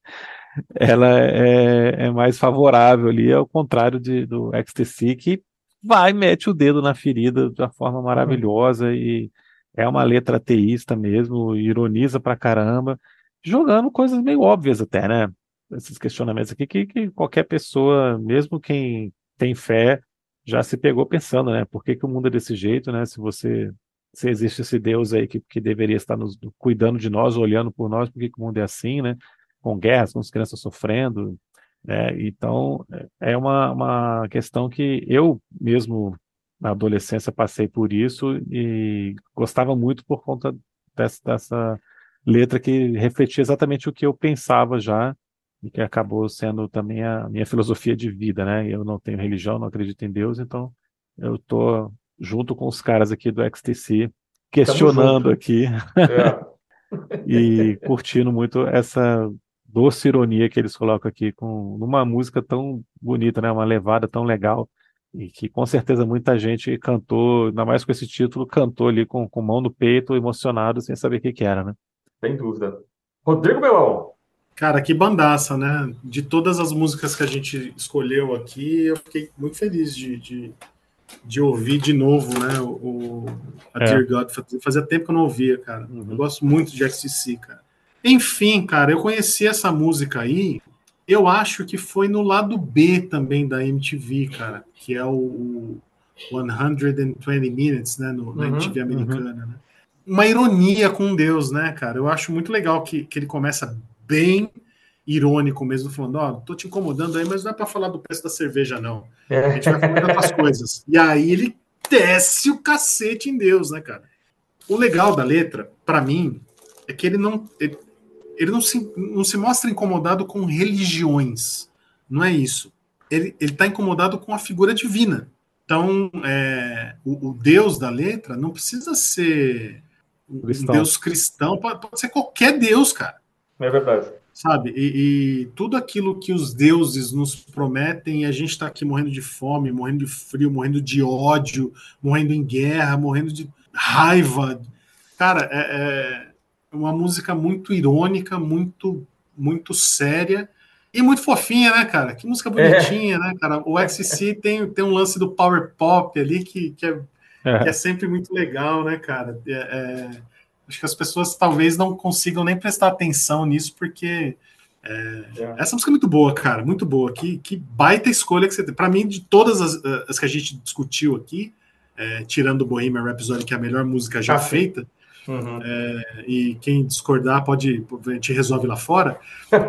ela é mais favorável ali, ao contrário do XTC, que mete o dedo na ferida de uma forma maravilhosa e é uma letra ateísta mesmo, ironiza pra caramba, jogando coisas meio óbvias até, né? Esses questionamentos aqui que qualquer pessoa, mesmo quem tem fé, já se pegou pensando, né? Por que o mundo é desse jeito, né? Se existe esse Deus aí que deveria estar cuidando de nós, olhando por nós, por que o mundo é assim, né? Com guerras, com as crianças sofrendo, né? Então, é uma questão que eu mesmo, na adolescência, passei por isso e gostava muito por conta dessa letra que refletia exatamente o que eu pensava já e que acabou sendo também a minha filosofia de vida, né? Eu não tenho religião, não acredito em Deus, então eu tô junto com os caras aqui do XTC, Tamo questionando junto. aqui e curtindo muito essa doce ironia que eles colocam aqui numa música tão bonita, né? Uma levada tão legal e que com certeza muita gente cantou, ainda mais com esse título, cantou ali com mão no peito, emocionado, sem saber o que era, né? Sem dúvida. Rodrigo Belão. Cara, que bandaça, né? De todas as músicas que a gente escolheu aqui, eu fiquei muito feliz de ouvir de novo, né? A Dear God. Fazia tempo que eu não ouvia, cara. Eu gosto muito de XTC, cara. Enfim, cara, eu conheci essa música aí, eu acho que foi no lado B também da MTV, cara, que é o 120 Minutes, né? Na MTV americana, né? Uma ironia com Deus, né, cara? Eu acho muito legal que ele começa bem irônico mesmo, falando, tô te incomodando aí, mas não é pra falar do preço da cerveja, não. A gente vai falar de outras coisas. E aí ele desce o cacete em Deus, né, cara? O legal da letra, pra mim, é que ele não se mostra incomodado com religiões. Não é isso. Ele tá incomodado com a figura divina. Então, o Deus da letra não precisa ser um Deus cristão, pode ser qualquer Deus, cara. É verdade. Sabe? E tudo aquilo que os deuses nos prometem, a gente está aqui morrendo de fome, morrendo de frio, morrendo de ódio, morrendo em guerra, morrendo de raiva. Cara, é uma música muito irônica, muito, muito séria e muito fofinha, né, cara? Que música bonitinha, né, cara? O XTC tem um lance do power pop ali que é sempre muito legal, né, cara? Acho que as pessoas talvez não consigam nem prestar atenção nisso, porque essa música é muito boa, cara, muito boa. Que baita escolha que você tem. Pra mim, de todas as que a gente discutiu aqui, tirando o Bohemian Rhapsody, que é a melhor música já feita, e quem discordar a gente resolve lá fora.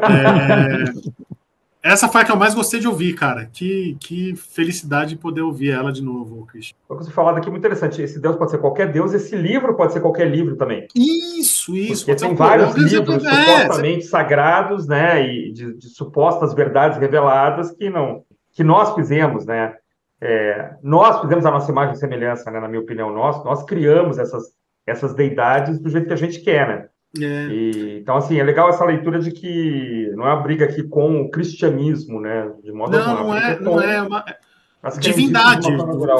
Essa foi a que eu mais gostei de ouvir, cara. Que felicidade poder ouvir ela de novo, Christian. O que você falou aqui é muito interessante. Esse Deus pode ser qualquer Deus, esse livro pode ser qualquer livro também. Isso. Porque tem vários livros supostamente sagrados, né, e de supostas verdades reveladas que nós fizemos, né. Nós fizemos a nossa imagem e semelhança, né, na minha opinião, nós criamos essas deidades do jeito que a gente quer, né? Então, assim, é legal essa leitura de que não é uma briga aqui com o cristianismo, né? De modo algum. Não é uma divindade.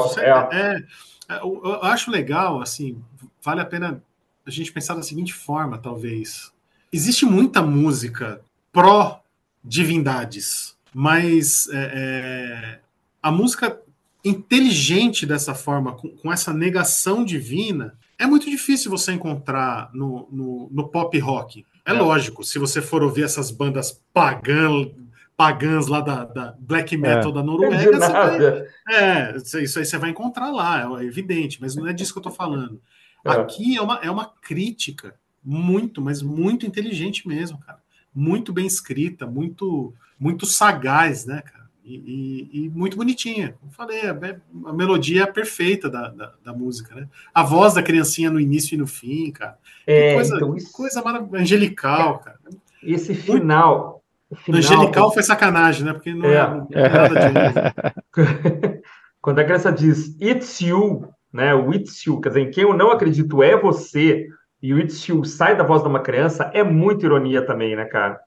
Eu acho legal, assim, vale a pena a gente pensar da seguinte forma, talvez. Existe muita música pró-divindades, mas a música inteligente dessa forma, com essa negação divina, é muito difícil você encontrar no pop rock. É lógico, se você for ouvir essas bandas pagãs lá da black metal da Noruega, isso aí você vai encontrar lá, é evidente, mas não é disso que eu tô falando. Aqui é uma crítica muito, mas muito inteligente mesmo, cara. Muito bem escrita, muito, muito sagaz, né, cara? E muito bonitinha. Como falei, a melodia é perfeita da música, né? A voz da criancinha no início e no fim, cara. Coisa maravilhosa, angelical, cara. Esse final... Angelical foi sacanagem, né? Porque não é nada de novo. Quando a criança diz "It's you", né? O "It's you", quer dizer, em quem eu não acredito é você, e o "It's you" sai da voz de uma criança, é muita ironia também, né, cara?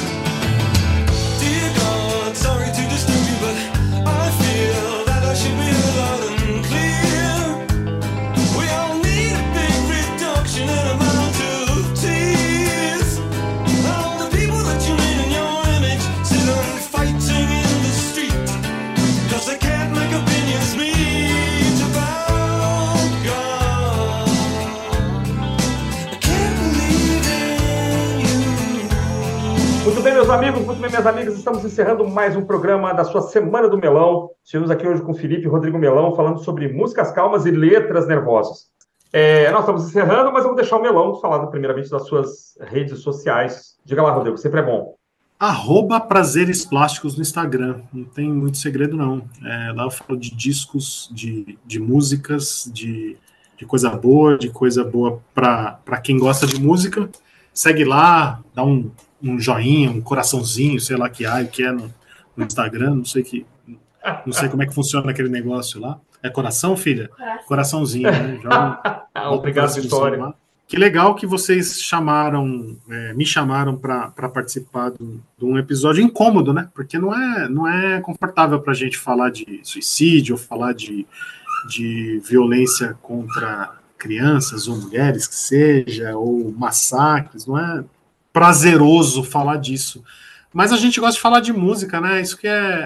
Muito bem, meus amigos, muito bem, minhas amigas, estamos encerrando mais um programa da sua Semana do Melão. Estivemos aqui hoje com o Felipe Rodrigo Melão, falando sobre músicas calmas e letras nervosas. Nós estamos encerrando, mas eu vou deixar o Melão falar primeiramente das suas redes sociais. Diga lá, Rodrigo, sempre é bom. @prazeres plásticos no Instagram, não tem muito segredo não. Lá eu falo de discos, de músicas, de coisa boa para quem gosta de música. Segue lá, dá um joinha, um coraçãozinho, sei lá que é no Instagram, não sei como é que funciona aquele negócio lá. É coração, filha? Coraçãozinho, né? Obrigado, Vitória. Que legal que vocês me chamaram para participar de um episódio incômodo, né? Porque não é confortável para a gente falar de suicídio ou falar de violência contra crianças ou mulheres, que seja, ou massacres, não é prazeroso falar disso. Mas a gente gosta de falar de música, né? Isso que é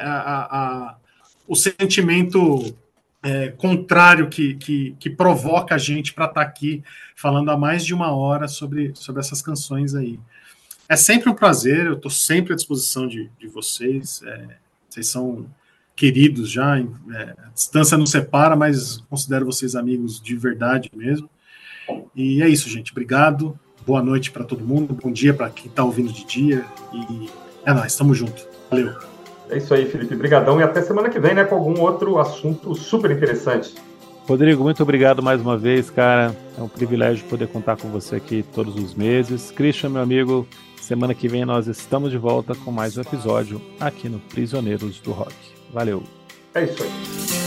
o sentimento contrário que provoca a gente para estar aqui falando há mais de uma hora sobre essas canções aí. É sempre um prazer, eu estou sempre à disposição de vocês. Vocês são queridos já, a distância não separa, mas considero vocês amigos de verdade mesmo. E é isso, gente. Obrigado. Boa noite para todo mundo. Bom dia para quem está ouvindo de dia. E é nóis, estamos juntos. Valeu. É isso aí, Felipe. Brigadão. E até semana que vem, né, com algum outro assunto super interessante. Rodrigo, muito obrigado mais uma vez, cara. É um privilégio poder contar com você aqui todos os meses. Christian, meu amigo, semana que vem nós estamos de volta com mais um episódio aqui no Prisioneiros do Rock. Valeu. É isso aí.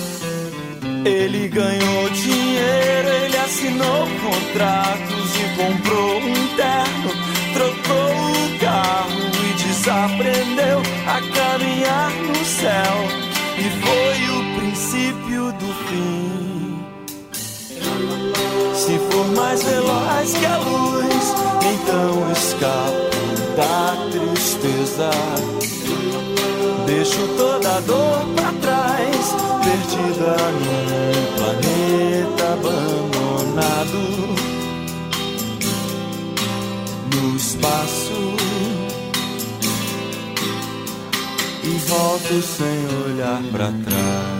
Ele ganhou dinheiro, ele assinou contratos e comprou um terno, trocou o carro e desaprendeu a caminhar no céu. E foi o princípio do fim. Se for mais veloz que a luz, então escapo da tristeza. Deixo toda a dor pra trás, perdida num planeta abandonado, no espaço, e volto sem olhar pra trás.